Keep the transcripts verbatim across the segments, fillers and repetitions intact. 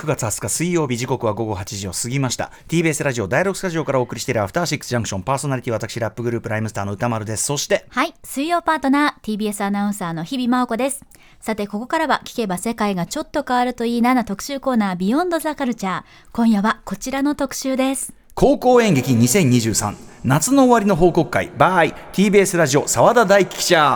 くがつはつか水曜日、時刻は午後はちじを過ぎました。 ティービーエス ラジオだいろくスタジオからお送りしているアフターシックスジャンクション、パーソナリティ私ラップグループライムスターの歌丸です。そしてはい水曜パートナー ティービーエス アナウンサーの日々真央子です。さてここからは聞けば世界がちょっと変わるといいなな特集コーナー、ビヨンドザカルチャー。今夜はこちらの特集です。 高校演劇にせんにじゅうさん夏の終わりの報告会 by ティービーエス ラジオ澤田大樹記者。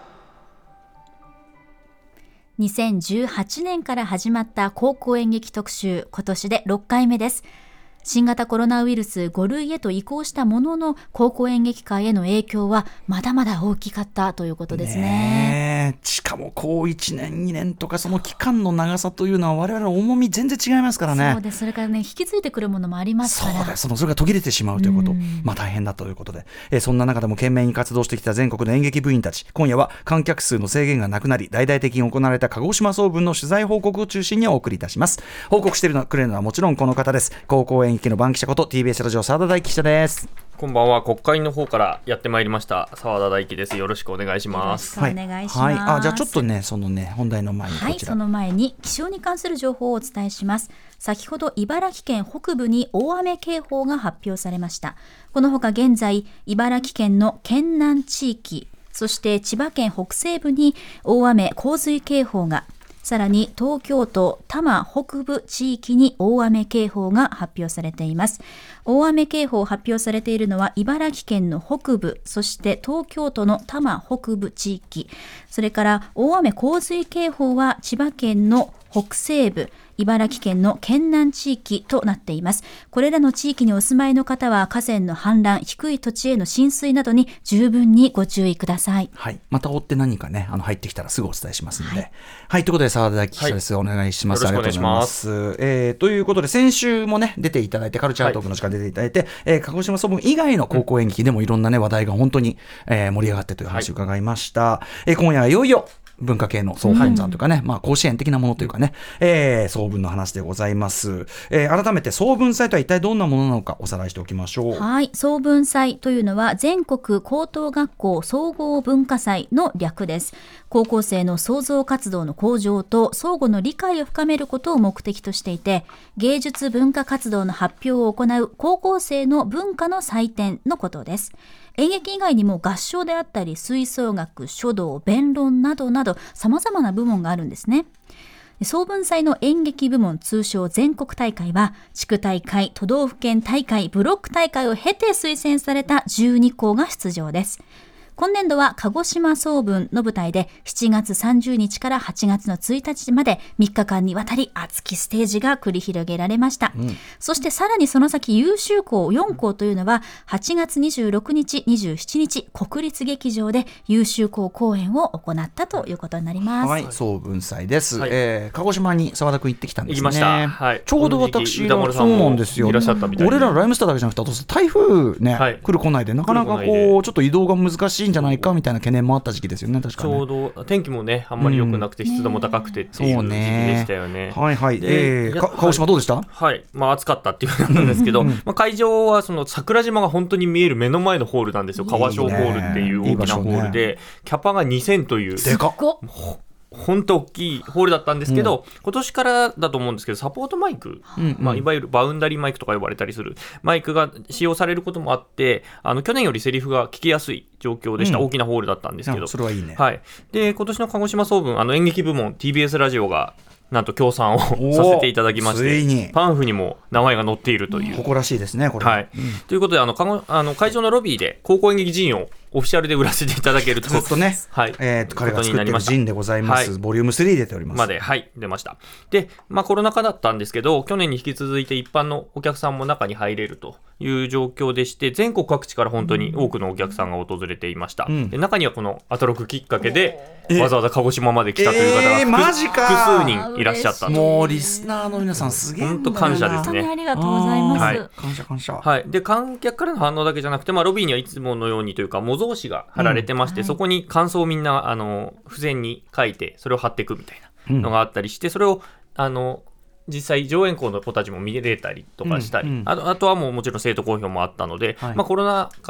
にせんじゅうはちねんから始まった高校演劇特集、今年でろっかいめです。新型コロナウイルスご類へと移行したものの、高校演劇界への影響はまだまだ大きかったということです ね, ねしかもこういちねんにねんとかその期間の長さというのは我々の重み全然違いますからね。 そうです。それからね、引き継いでくるものもありますから。 そうです。そのそれが途切れてしまうということ、まあ大変だということで、えー、そんな中でも懸命に活動してきた全国の演劇部員たち、今夜は観客数の制限がなくなり大々的に行われた鹿児島総分の取材報告を中心にお送りいたします。報告してくれるのはもちろんこの方です。高校演劇の番記者こと ティービーエス ラジオ澤田大樹記者です。 こんばんは。国会の方からやってまいりました澤田大樹です。よろしくお願いします。 よろしくお願いします。 はいはい、あじゃあちょっとねそのね本題の前にこちら、 はい、その前に気象に関する情報をお伝えします。先ほど茨城県北部に大雨警報が発表されました。このほか現在茨城県の県南地域、そして千葉県北西部に大雨洪水警報が、さらに東京都多摩北部地域に大雨警報が発表されています。大雨警報発表されているのは茨城県の北部、そして東京都の多摩北部地域、それから大雨洪水警報は千葉県の北西部、茨城県の県南地域となっています。これらの地域にお住まいの方は河川の氾濫、低い土地への浸水などに十分にご注意ください。 はい、また追って何かねあの入ってきたらすぐお伝えしますので、はい、はい、ということで澤田大樹記者です、はい、お願いします。 よろしくお願いします。 ありがとうございます。えー、ということで先週もね出ていただいてカルチャートークの時間出ていただいて、はい、えー、鹿児島総分以外の高校演劇でもいろんなね話題が本当に、えー、盛り上がってという話を伺いました。はい、えー、今夜はいよいよ文化系の総本山というかね、うん、まあ甲子園的なものというかね、えー、総文の話でございます。えー、改めて総文祭とは一体どんなものなのかおさらいしておきましょう。 はい、総文祭というのは全国高等学校総合文化祭の略です。高校生の創造活動の向上と相互の理解を深めることを目的としていて、芸術文化活動の発表を行う高校生の文化の祭典のことです。演劇以外にも合唱であったり吹奏楽、書道、弁論などなど様々な部門があるんですね。総文祭の演劇部門、通称全国大会は地区大会、都道府県大会、ブロック大会を経て推薦されたじゅうに校が出場です。今年度は鹿児島総文の舞台でしちがつさんじゅうにちからはちがつのついたちまでみっかかんにわたり熱きステージが繰り広げられました。うん、そしてさらにその先優秀校よん校というのははちがつにじゅうろくにち、にじゅうしちにち国立劇場で優秀校公演を行ったということになります。 はい、総文祭です。はい、えー、鹿児島に澤田君行ってきたんですね。 行きました。はい、 ちょうど私がそうなんですよ。 いらっしゃったみたいで、 俺らのライムスターだけじゃなくて台風ね、はい、来る来ないでなかなかこうちょっと移動が難しいんじゃないかみたいな懸念もあった時期ですよね。確かね、 ちょうど天気もねあんまり良くなくて、うん、湿度も高くてっていう時期でしたよね。 はいはい、えー、か鹿児島どうでした？ はい、はい、まあ暑かったっていうことなんですけど、まあ、会場はその桜島が本当に見える目の前のホールなんですよ。川小ホールっていう大きなホールで、いいね、キャパがにせんというでかっ本当大きいホールだったんですけど、うん、今年からだと思うんですけどサポートマイク、うんまあ、いわゆるバウンダリーマイクとか呼ばれたりするマイクが使用されることもあって、あの去年よりセリフが聞きやすい状況でした。うん、大きなホールだったんですけど、 それはいいね。 はい、で今年の鹿児島総文あの演劇部門 ティービーエス ラジオがなんと協賛をさせていただきまして、パンフにも名前が載っているという、 誇らしいですねこれ。 はい、うん、ということであのかごあの会場のロビーで高校演劇陣をオフィシャルで売らせていただけるとずっとね、 はい、 えー、彼が作ってる陣でございます、はい、ボリュームスリー出ておりますまで、はい、出ました。で、まあ、コロナ禍だったんですけど去年に引き続いて一般のお客さんも中に入れるという状況でして、全国各地から本当に多くのお客さんが訪れていました。うん、で中にはこのアトロクきっかけでわざわざ鹿児島まで来たという方が、 えー、マジか複数人いらっしゃったと。 もうリスナーの皆さんすげえ本当感謝ですね。 本当にありがとうございます。 はい、 感謝感謝。 はい、で観客からの反応だけじゃなくて、まあ、ロビーにはいつものようにというか模造紙が貼られてまして、うんはい、そこに感想をみんなあの付箋に書いてそれを貼っていくみたいなのがあったりして、うん、それをあの実際上演校の子たちも見れたりとかしたり、うんうん、あと、あとはもうもちろん生徒好評もあったので、はい、まあ、コロナ禍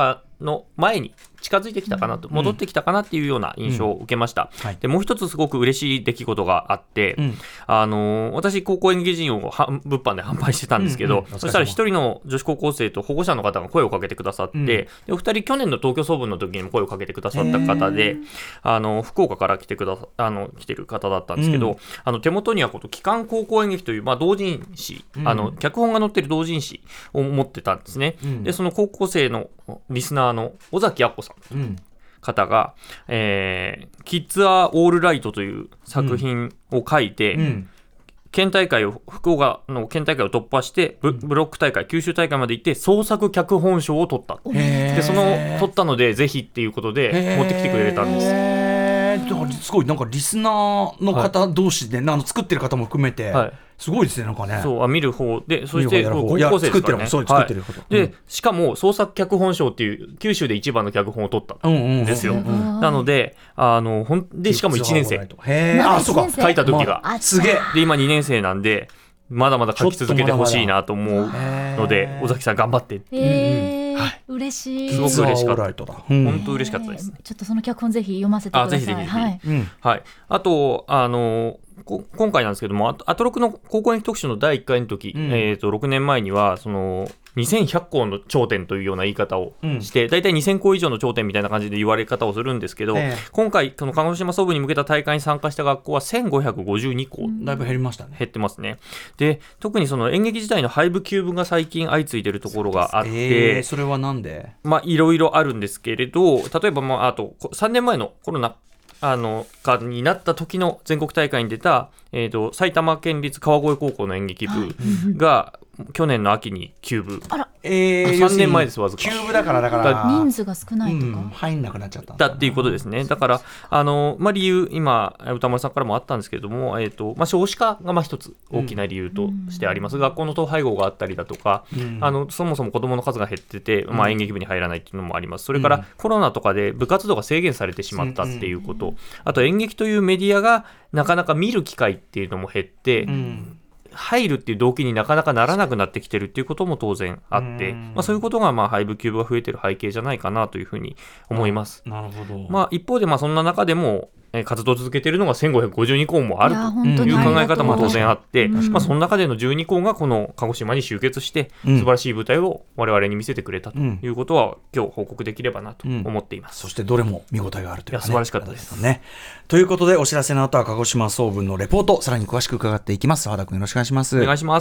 の前に近づいてきたかなと、うん、戻ってきたかなっていうような印象を受けました、うんはい、でもう一つすごく嬉しい出来事があって、うん、あの私高校演劇人を物販で販売してたんですけど、うんうん、そしたら一人の女子高校生と保護者の方が声をかけてくださって、うん、でお二人去年の東京総文の時にも声をかけてくださった方で、あの福岡から来てくださあの来てる方だったんですけど、うん、あの手元には機関高校演劇という、まあ、同人誌、うん、あの脚本が載ってる同人誌を持ってたんですね、うん、でその高校生のリスナーの尾崎敦子さん、うん方が、えー、キッズ・アー・オール・ライトという作品を書いて、うんうん、県大会を福岡の県大会を突破してブ、ブロック大会九州大会まで行って創作脚本賞を取った。でその取ったのでぜひっていうことで持ってきてくれたんです。 へー、すごいなんかリスナーの方同士で、はい、あの作ってる方も含めて、はい、すごいですねなんかね。 そう、あ見る方で、そして高校生ですからね。 作ってる方、はい、 でしかも創作脚本賞っていう九州で一番の脚本を取ったんですよ。なのであのほんでしかもいちねん生。 へー、あそうか書いた時が、 まあ、すげえ。 で今にねん生なんでまだまだ書き続けてほしいなと思うので尾崎さん頑張ってっていう。 はい、嬉しい。 すごく嬉しかった。本当嬉しかったです。 ちょっとその脚本ぜひ読ませてください。あ、ぜひぜひぜひ。はい。 うん、はい。あとあの今回なんですけども、アトロクの高校演劇特集のだいいっかいの時、うん、えー、とろくねんまえにはそのにせんひゃっこうの頂点というような言い方をして、うん、だいたいにせんこ以上の頂点みたいな感じで言われ方をするんですけど、えー、今回その鹿児島総部に向けた大会に参加した学校はせんごひゃくごじゅうにこ、 だいぶ減りましたね。 減ってますね。で特にその演劇自体の廃部休部が最近相次いでいるところがあって、 えー、それはなんで、 まあいろいろあるんですけれど、例えば、まあ、あとさんねんまえのコロナあのかになった時の全国大会に出た、えー、と埼玉県立川越高校の演劇部が去年の秋に休部。 あら、 えー、 さんねんまえです。わずか休部だからだから人数が少ないとか、うん、 入んなくなっちゃったんだっていうことですね。だからあの、まあ、理由今歌丸さんからもあったんですけれども、えーとまあ、少子化がまあ一つ大きな理由としてあります、うん、学校の統廃合があったりだとか、うん、あのそもそも子どもの数が減ってて、まあ、演劇部に入らないっていうのもあります。それからコロナとかで部活動が制限されてしまったっていうこと、うん、あと演劇というメディアがなかなか見る機会っていうのも減って、うん入るっていう動機になかなかならなくなってきてるっていうことも当然あって、まあ、そういうことがまあ廃部休部が増えてる背景じゃないかなというふうに思います。 なるほど。 まあ、一方でまあそんな中でも活動を続けているのがせんごひゃくごじゅうにこうもあるという考え方も当然あって、まあ、その中でのじゅうにこうがこの鹿児島に集結して素晴らしい舞台を我々に見せてくれたということは今日報告できればなと思っています、 うん、そしてどれも見応えがあるというか、ね、 いや素晴らしかったですね。ということでお知らせの後は鹿児島総文のレポートさらに詳しく伺っていきます。澤田君よろしくお願いします。 お願いします。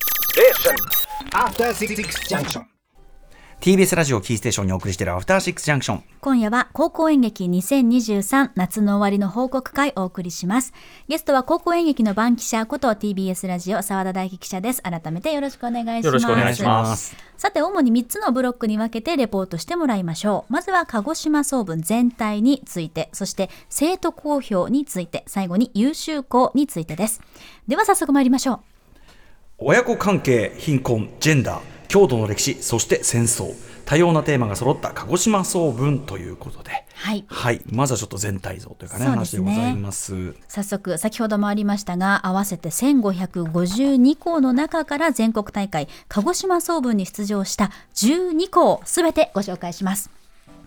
ティービーエス ラジオキーステーションにお送りしているアフターシックスジャンクション。 今夜は高校演劇にせんにじゅうさん夏の終わりの報告会をお送りします。ゲストは高校演劇の番記者こと ティービーエス ラジオ澤田大樹記者です。改めてよろしくお願いします。 よろしくお願いします。 さて主にみっつのブロックに分けてレポートしてもらいましょう。まずは鹿児島総文全体について、そして生徒公表について、最後に優秀校についてです。では早速参りましょう。 親子関係、貧困、ジェンダー、郷土の歴史、そして戦争、多様なテーマが揃った鹿児島総文ということで、 はい、 はい、まずはちょっと全体像というかね、話でございます。 早速先ほどもありましたが、合わせてせんごひゃくごじゅうにこうの中から全国大会鹿児島総文に出場したじゅうにこうすべてご紹介します。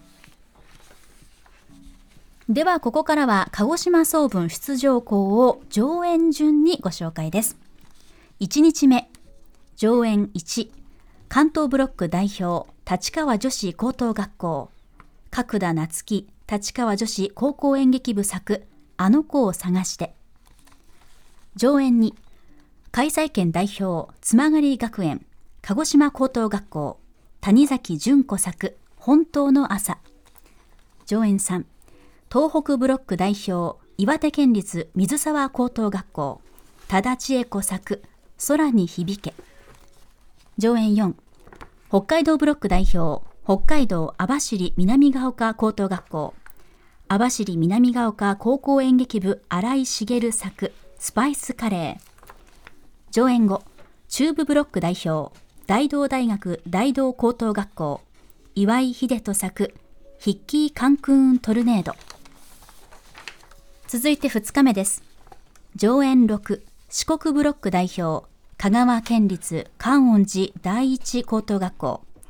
ではここからは鹿児島総文出場校を上演順にご紹介です。いちにちめ、上演いち、関東ブロック代表立川女子高等学校、角田夏樹立川女子高校演劇部作あの子を探して。上演に、開催県代表つまがり学園鹿児島高等学校谷崎純子作本当の朝。上演さん、東北ブロック代表岩手県立水沢高等学校多田千恵子作空に響け。上演よん、北海道ブロック代表北海道網走南ヶ丘高等学校網走南ヶ丘高校演劇部新井茂作スパイスカレー。上演後、中部ブロック代表大同大学大同高等学校岩井秀人作ヒッキーカンクーントルネード。続いてふつかめです。上演ろく、四国ブロック代表香川県立観音寺第一高等学校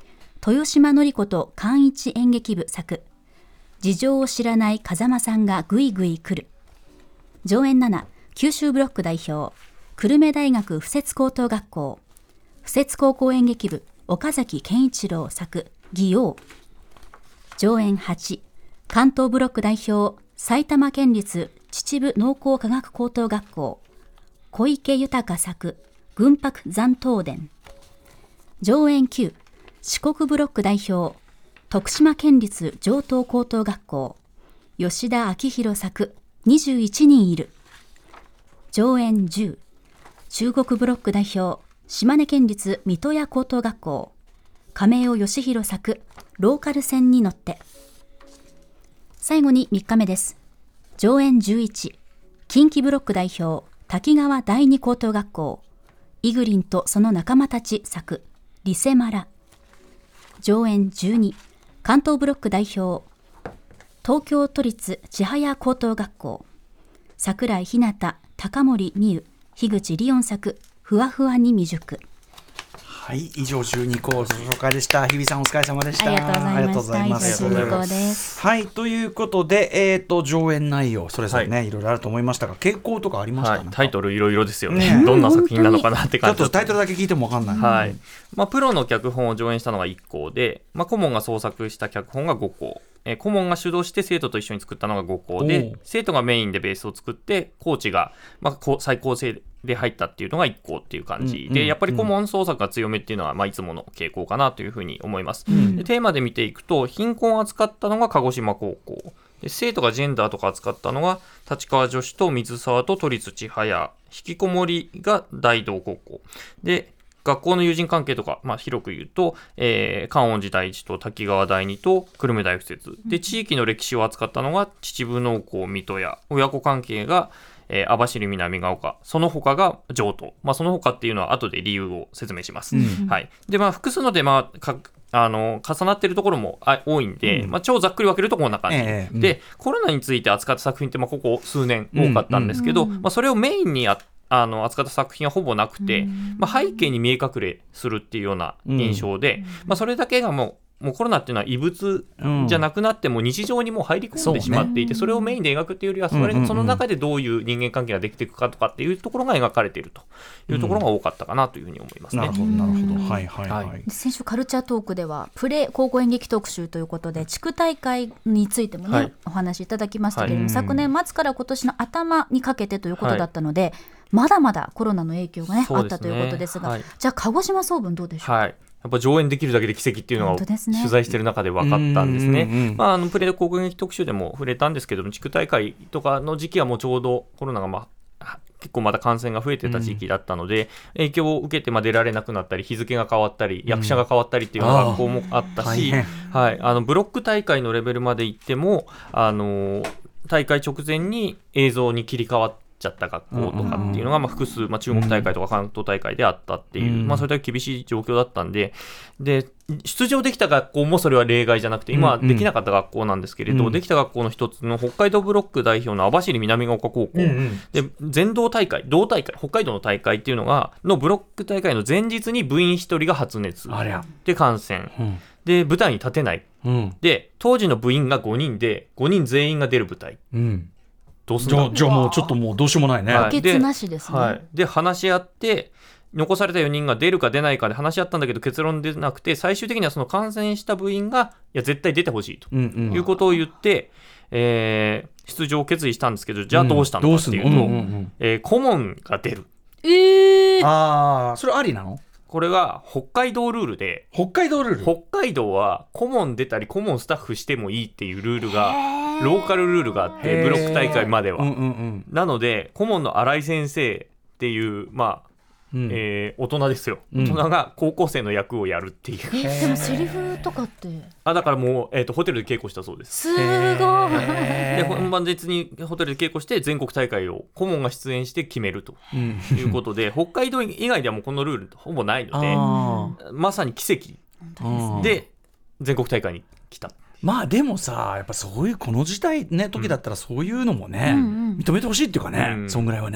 豊島典子と寛一演劇部作、事情を知らない風間さんがぐいぐい来る。上演なな、九州ブロック代表、久留米大学附設高等学校、附設高校演劇部岡崎健一郎作、妓王。上演はち、関東ブロック代表、埼玉県立秩父農工科学高等学校、小池豊作、軍白残東伝。上演きゅう、四国ブロック代表、徳島県立城東高等学校、吉田昭弘作、にじゅういちにんいる。上演じゅう、中国ブロック代表、島根県立水戸屋高等学校、亀尾義弘作、ローカル線に乗って。最後にみっかめです。上演じゅういち、近畿ブロック代表、滝川第二高等学校、イグリンとその仲間たち作、リセマラ。上演じゅうに、関東ブロック代表、東京都立千早高等学校、桜井日向、高森美優、樋口リオン作、ふわふわに未熟。 はい、以上じゅうにこう紹介でした。日比さんお疲れ様でした。 ありがとうございました。以上じゅうにこです。 はい、ということで、えーと、上演内容それぞれね、はい、いろいろあると思いましたが、傾向とかありましたか、はい、 タイトルいろいろですよね。どんな作品なのかなって感じ。 ちょっとタイトルだけ聞いても分かんない。 はい。まあ、プロの脚本を上演したのがいっこうで、まあ、顧問が創作した脚本がごこう。えー、顧問が主導して生徒と一緒に作ったのがごこうで、生徒がメインでベースを作ってコーチが、まあ、最高生で入ったっていうのがいっこうっていう感じ、うん、でやっぱり顧問創作が強めっていうのは、まあ、いつもの傾向かなというふうに思います、うん、でテーマで見ていくと貧困を扱ったのが鹿児島高校で、生徒がジェンダーとか扱ったのが立川女子と水沢と都立千早、引きこもりが大道高校で、学校の友人関係とか、まあ、広く言うと、えー、観音寺第一と滝川第二と久留米大附設で、地域の歴史を扱ったのが秩父農工水戸屋、親子関係が、えー、網走南ヶ丘、その他が上東、まあ、その他っていうのは後で理由を説明します、うんはいでまあ、複数ので、まあ、かあの重なっているところも多いんで、うんまあ、超ざっくり分けるとこんな感じ、えーうん、でコロナについて扱った作品って、まあ、ここ数年多かったんですけど、うんうんまあ、それをメインにやってあの扱った作品はほぼなくて、まあ、背景に見え隠れするっていうような印象で、まあ、それだけがもう、もうコロナっていうのは異物じゃなくなっても日常にもう入り込んでしまっていて、それをメインで描くっていうよりはそれ、その中でどういう人間関係ができていくかとかっていうところが描かれているというところが多かったかなというふうに思いますね。 なるほどなるほど、はいはいはいはい、 先週カルチャートークではプレ高校演劇特集ということで地区大会についてもね、はい、お話いただきましたけれども、はい、昨年末から今年の頭にかけてということだったので、はいまだまだコロナの影響が、ねね、あったということですが、はい、じゃあ鹿児島総文どうでしょうか。 はい、やっぱ上演できるだけで奇跡っていうのが、ね、取材している中で分かったんですね。まあ、あのプレ高校演劇特集でも触れたんですけども、地区大会とかの時期はもうちょうどコロナが、まあ、結構まだ感染が増えてた時期だったので、うん、影響を受けてまあ出られなくなったり日付が変わったり、うん、役者が変わったりっていう学校もあったし、はい、あのブロック大会のレベルまで行ってもあの大会直前に映像に切り替わってちゃった学校とかっていうのがまあ複数、まあ、中国大会とか関東大会であったっていう、まあ、それだけ厳しい状況だったんで、で出場できた学校もそれは例外じゃなくて今はできなかった学校なんですけれど、できた学校の一つの北海道ブロック代表の網走南ヶ丘高校で、全道大会同大会北海道の大会っていうのがのブロック大会の前日に部員ひとりが発熱で感染で舞台に立てない、で当時の部員がごにんでごにん全員が出る舞台、うんどうすんだじゃあもうちょっともうどうしようもないね。 補欠なしですね。 はい、で話し合って残されたよにんが出るか出ないかで話し合ったんだけど結論出なくて、最終的にはその感染した部員がいや絶対出てほしいということを言って、うんうんえー、出場を決意したんですけど、じゃあどうしたのかっていうと、うんうんうんえー、顧問が出る。 えー、 ああそれありなの？ これが北海道ルールで、 北海道ルール北海道は顧問出たり顧問スタッフしてもいいっていうルールがローカルルールがあって、ブロック大会までは、うんうんうん、なので顧問の新井先生っていうまあうんえー、大人ですよ、うん、大人が高校生の役をやるっていう。 えでもセリフとかってあだからもう、えー、とホテルで稽古したそうです。 すごい。 で本番別にホテルで稽古して全国大会を顧問が出演して決めるということで、うん、北海道以外ではもうこのルールほぼないのでまさに奇跡で全国大会に来た。 まあでもさやっぱそういうこの時代ね時だったらそういうのもね、うん、認めてほしいっていうかね、うん、そんぐらいはね、うん、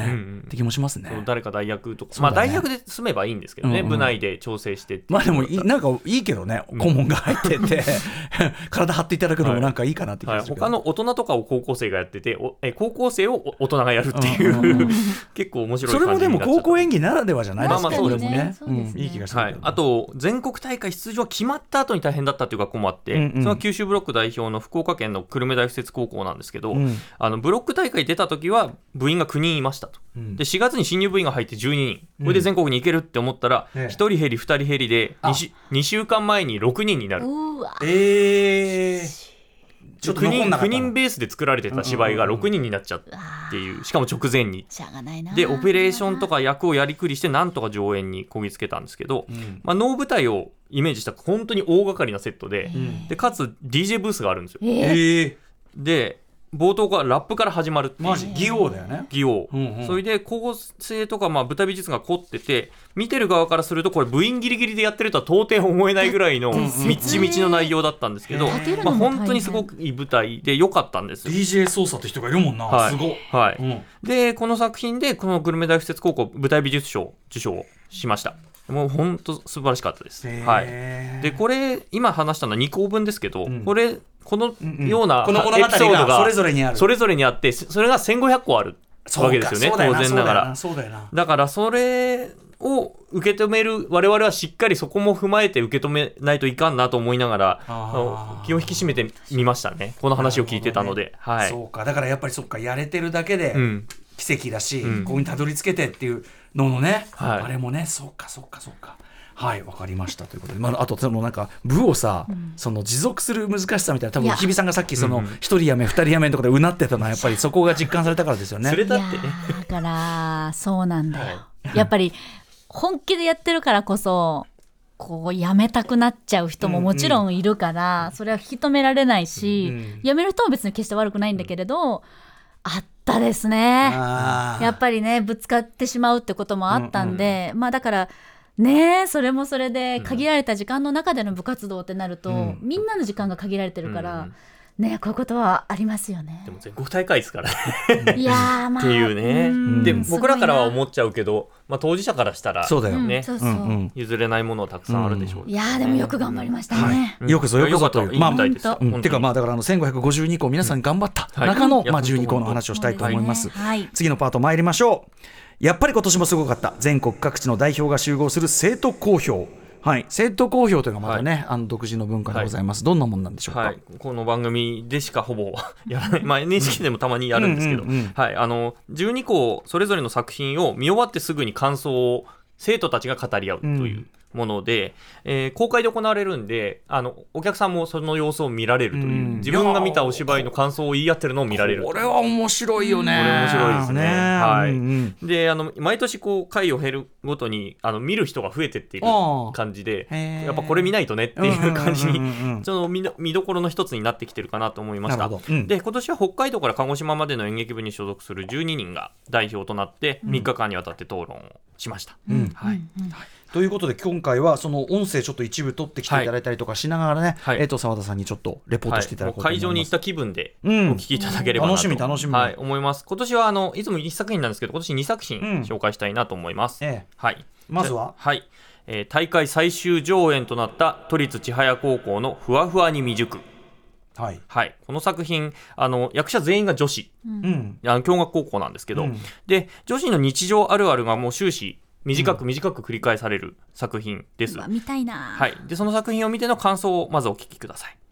って気もしますね。 そう誰か代役とか、 そうだね、 まあ代役で済めばいいんですけどね、うんうん、部内で調整してって。 まあでもいなんかいいけどね、顧問が入ってて体張っていただくのもなんかいいかなって気がするけど、 はいはい、他の大人とかを高校生がやってて、おえ高校生を大人がやるっていう、うんうんうん、結構面白い感じになっちゃった。それもでも高校演技ならではじゃないですか。まあまあそうですね、 うん、いい気がする、はい、 あと全国大会出場決まった後に大変だったっていう学校もあって、うんうん、それは九州ブロック代表の福岡県の久留米大附設高校なんですけど、うん、あのブロック大会出た時は部員がきゅうにんいましたと、うん、でしがつに新入部員が入ってじゅうににん、これで全国に行けるって思ったら、うん、ひとり減りふたり減りで 2, 2週間前にろくにんになる。 うわ、 えーちょっと 9, 人きゅうにんベースで作られてた芝居がろくにんになっちゃうっていう、しかも直前にしゃがないな。 でオペレーションとか役をやりくりしてなんとか上演にこぎつけたんですけど、うんまあ、能舞台をイメージした本当に大掛かりなセット で,、うん、でかつ ディージェー ブースがあるんですよ、 えー、 で冒頭からラップから始まるっていう。 マジ擬音だよね。 擬音、うんうん、それで構成とかまあ舞台美術が凝ってて、見てる側からするとこれ部員ギリギリでやってるとは到底思えないぐらいのみっちみちの内容だったんですけど、まあ、本当にすごくいい舞台で良かったんですよ。 ディージェー 操作って人がいるもんな、はい、すごい、 はいうん、でこの作品でこの久留米大附設高校舞台美術賞受賞をしました。もう本当素晴らしかったです、はい、でこれ今話したのはにこうぶんですけど、うん、これこのようなエピソードがそれぞれにある、それぞれにあって、それがせんごひゃっこあるわけですよね、当然ながら。 そうだよな。 だからそれを受け止める我々はしっかりそこも踏まえて受け止めないといかんなと思いながら気を引き締めてみましたね、この話を聞いてたので、ねはい、 そうか、だからやっぱりそっか、やれてるだけで奇跡だし、うん、ここにたどり着けてっていうののね、はい、あれもね、そうかそうかそうか、はい、わかりましたということで、まあ、あとそのなんか部をさ、うん、その持続する難しさみたいな、多分日比さんがさっきその一人辞め二人辞めのところでうなってたのはやっぱりそこが実感されたからですよね。 それだってね、 だからそうなんだよ、はい、やっぱり本気でやってるからこそこう辞めたくなっちゃう人ももちろんいるから、うんうん、それは引き止められないし、うんうん、辞める人も別に決して悪くないんだけれど、うん、あったですね、やっぱりねぶつかってしまうってこともあったんで、うんうん、まあだからねえ、それもそれで限られた時間の中での部活動ってなると、うん、みんなの時間が限られてるから、うんね、こういうことはありますよね。 でも全国大会ですからねいや、まあ、 っていうね、うん、で僕らからは思っちゃうけど、まあ、当事者からしたらそうだよね、 うんそうそう、うん、 譲れないものはたくさんあるでしょう、ね、 いやでもよく頑張りましたね、 はい、よくぞよくぞという、 まあ、いいです、 うん、てかまあだからあのせんごひゃくごじゅうにこ皆さん頑張った中の、はいまあ、じゅうにこの話をしたいと思います、はい、次のパート参りましょう。やっぱり今年もすごかった全国各地の代表が集合する生徒公表、はい、生徒公表というのがまたね、はい、あの独自の文化でございます、はい、どんなもんなんでしょうか、 はい、この番組でしかほぼやらない、まあ、エヌエイチケー でもたまにやるんですけど、はい、あのじゅうにこそれぞれの作品を見終わってすぐに感想を生徒たちが語り合うというもので、うんえー、公開で行われるんで、あのお客さんもその様子を見られるという、うん、自分が見たお芝居の感想を言い合ってるのを見られる。 これは面白いよね。 これ面白いですね。はい、うんうん、であの毎年こう回を経るごとにあの見る人が増えてっている感じで、やっぱこれ見ないとねっていう感じにその 見, 見どころの一つになってきてるかなと思いました。うん、で今年は北海道から鹿児島までの演劇部に所属するじゅうににんが代表となってみっかかんにわたって討論をしました。うんはいうんうんはいということで今回はその音声ちょっと一部取ってきていただいたりとかしながらね、はいえー、と澤田さんにちょっとレポートしていただこうと思います、はい、会場に行った気分でお聞きいただければなと、うん、楽しみ楽しみ、はい、思います。今年はあのいつもいっさくひんなんですけど今年にさくひん紹介したいなと思います、うんええはい、 まずは、 はいえー、大会最終上演となった都立千早高校のふわふわに未熟はいはい、この作品あの役者全員が女子、うん、あの共学高校なんですけど、うん、で女子の日常あるあるがもう終始短く短く繰り返される作品です、 うん、見たいな、 はい、でその作品を見ての感想をまずお聞きください。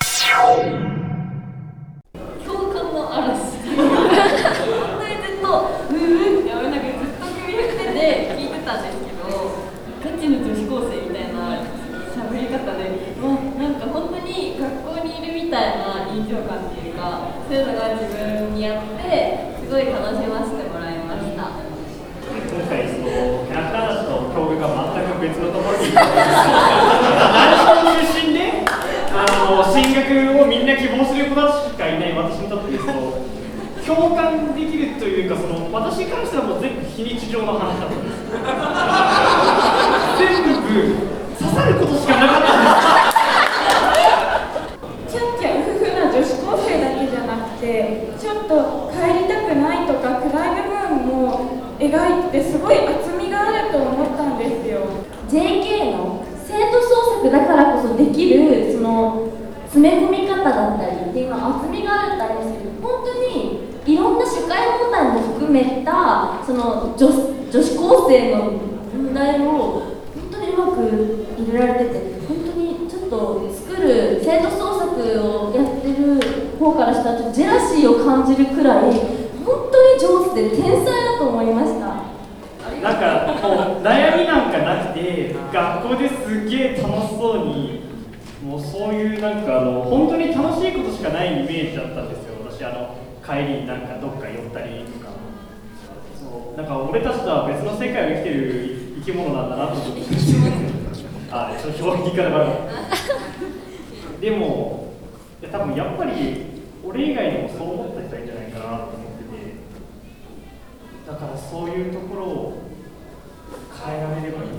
共感の嵐本当にずっとうんうんってやめなくてずっと首振ってて聞いてたんですけど、ガチの女子高生みたいな喋り方でもうなんか本当に学校にいるみたいな臨場感っていうか、そういうのが自分にあってすごい楽しませてもらいました。 今回そのキャラクターたちと境遇が全く別のところにいたんです何の出身であの進学をみんな希望する子たちしかいない私にとってその共感できるというか、その私に関してはもう全部非日常の話だったんです全部刺さることしかなかったんです。 キャンキャン夫婦な女子高生だけじゃなくてちょっと帰りたくないとか暗い部分も描いててすごい厚みがあると思ったんですよ。 ジェイケー の生徒創作だからこそできるその詰め込み方だったりっていうのは厚みがあるってありますけど、本当にいろんな社会問題も含めたその 女, 女子高生の問題を本当にうまく入れられてて、本当にちょっと作る生徒創作をやってる方からしたらちょっとジェラシーを感じるくらい本当に上手で天才だと思いました。 なんかもう悩みなんかなくて、学校ですげえ楽しそうに、もうそういうなんかあの本当に楽しいことしかないイメージだったんですよ。私あの帰りになんかどっか寄ったりとか、そうなんか俺たちとは別の世界を生きてる生き物なんだなと思ってあ、ちょっと表現言い方があるでもいや多分やっぱり俺以外にもそう思った人いるんじゃないかなと思ってて、だからそういうところを変えられればいいかな。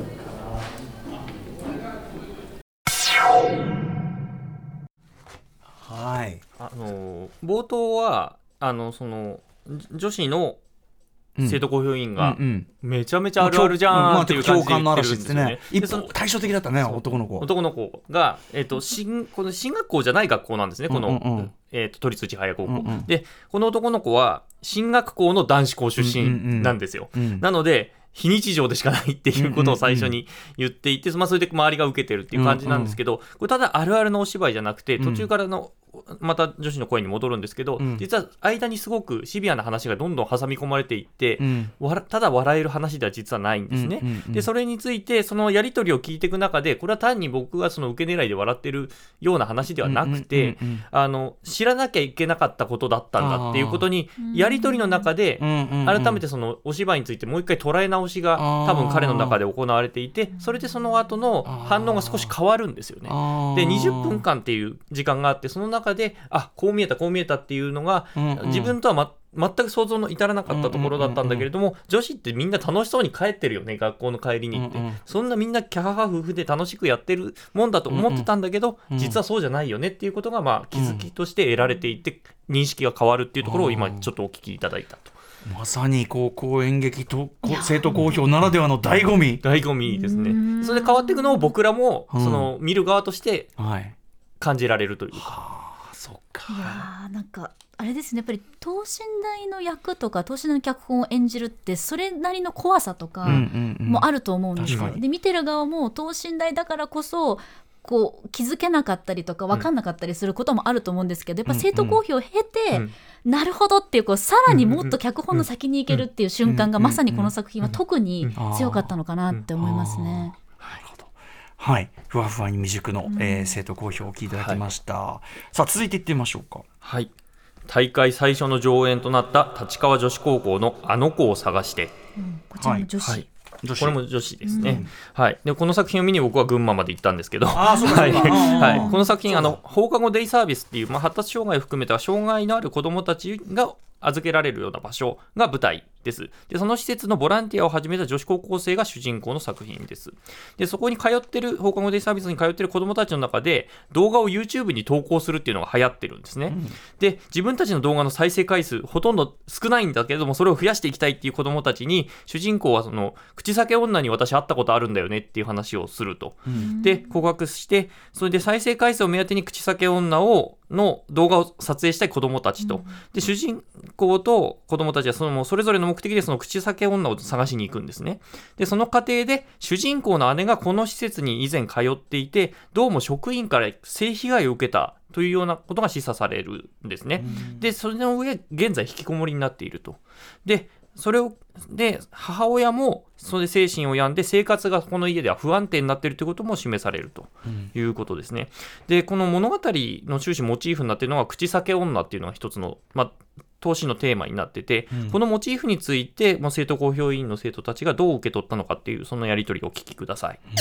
はい、 あの冒頭はあのその女子の生徒公表委員がめちゃめちゃあるあるじゃんっていう感じで言ってるんですよね。 一方対照的だったね、男の子男の子が、えー、と進この進学校じゃない学校なんですね、この、うんうん、えー、と都立千早高校、うんうん、でこの男の子は進学校の男子校出身なんですよ、うんうんうん、なので非日常でしかないっていうことを最初に言っていて、うんうんうん、まあ、それで周りが受けてるっていう感じなんですけど、うんうん、これただあるあるのお芝居じゃなくて途中からのまた女子の声に戻るんですけど、うん、実は間にすごくシビアな話がどんどん挟み込まれていって、うん、ただ笑える話では実はないんですね、うんうんうん、でそれについてそのやり取りを聞いていく中で、これは単に僕がその受け狙いで笑ってるような話ではなくて、うんうんうんうん、あの知らなきゃいけなかったことだったんだっていうことにやり取りの中で改めてそのお芝居についてもう一回捉え直しが多分彼の中で行われていて、それでその後の反応が少し変わるんですよね。でにじゅっぷんかんっていう時間があって、その中であこう見えたこう見えたっていうのが、うんうん、自分とは、ま、全く想像の至らなかったところだったんだけれども、うんうんうんうん、女子ってみんな楽しそうに帰ってるよね、学校の帰りに行って、うんうん、そんなみんなキャハハ夫婦で楽しくやってるもんだと思ってたんだけど、うんうん、実はそうじゃないよねっていうことが、まあ、気づきとして得られていて、うん、認識が変わるっていうところを今ちょっとお聞きいただいたと。 まさに高校演劇と生徒公表ならではの醍醐味醍醐味ですね。それで変わっていくのを僕らも、うん、その見る側として感じられるというか、 はあ、そっか。 いやなんかあれですね、やっぱり等身大の役とか等身大の脚本を演じるってそれなりの怖さとかもあると思うんですよ、うんうんうん、で見てる側も等身大だからこそこう気づけなかったりとか分かんなかったりすることもあると思うんですけど、やっぱ生徒公表を経て、うんうん、なるほどっていう、こうさらにもっと脚本の先に行けるっていう瞬間がまさにこの作品は特に強かったのかなって思いますね。 はい、ふわふわに未熟の、うんえー、生徒公表をお聞きいただきました、はい、さあ続いていってみましょうか。 はい、大会最初の上演となった立川女子高校のあの子を探して、 うん、こちらも女子、はいはい、これも女子ですね、うんはい、でこの作品を見に僕は群馬まで行ったんですけど、 あそうはいはい、この作品あの放課後デイサービスっていう、まあ、発達障害を含めた障害のある子どもたちが預けられるような場所が舞台です。でその施設のボランティアを始めた女子高校生が主人公の作品です。でそこに通ってる放課後デイサービスに通ってる子どもたちの中で動画を YouTube に投稿するっていうのが流行ってるんですね、うん、で自分たちの動画の再生回数ほとんど少ないんだけれどもそれを増やしていきたいっていう子どもたちに主人公はその口裂け女に私会ったことあるんだよねっていう話をすると、うん、で告白してそれで再生回数を目当てに口裂け女をの動画を撮影したい子どもたちと、うん、で主人公と子どもたちはそのそれぞれの目的でその口裂け女を探しに行くんですね。でその過程で主人公の姉がこの施設に以前通っていてどうも職員から性被害を受けたというようなことが示唆されるんですね、うん、でそれの上現在引きこもりになっていると。でそれをで母親もそれで精神を病んで生活がこの家では不安定になっているということも示されるということですね、うん、でこの物語の終始モチーフになっているのが口裂け女っていうのが一つの、まあ、投資のテーマになってて、うん、このモチーフについて、まあ、生徒公表委員の生徒たちがどう受け取ったのかっていうそのやり取りをお聞きください、 え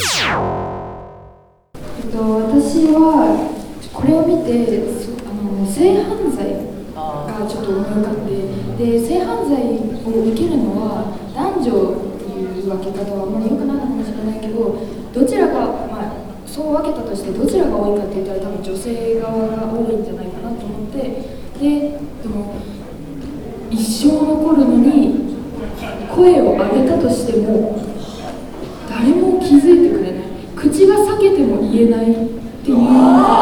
っと、私はこれを見てあの性犯罪がちょっと思い浮かんで、で性犯罪を受けるのは男女っていう分け方はあんまり良くないかもしれないけど、どちらが、まあ、そう分けたとしてどちらが多いかって言ったら多分女性側が多いんじゃないかなと思って、ででも一生残るのに声を上げたとしても誰も気づいてくれない、口が裂けても言えないっていう、そ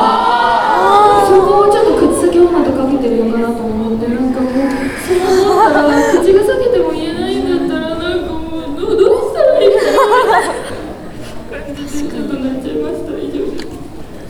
こをちょっと口裂け女とかけてるのかなと思って、なんかもうそう思ったら口が裂けても言えないんだったらなんかもうどうどうしたらいいみたいな感じでちょっとなっちゃいました。以上です。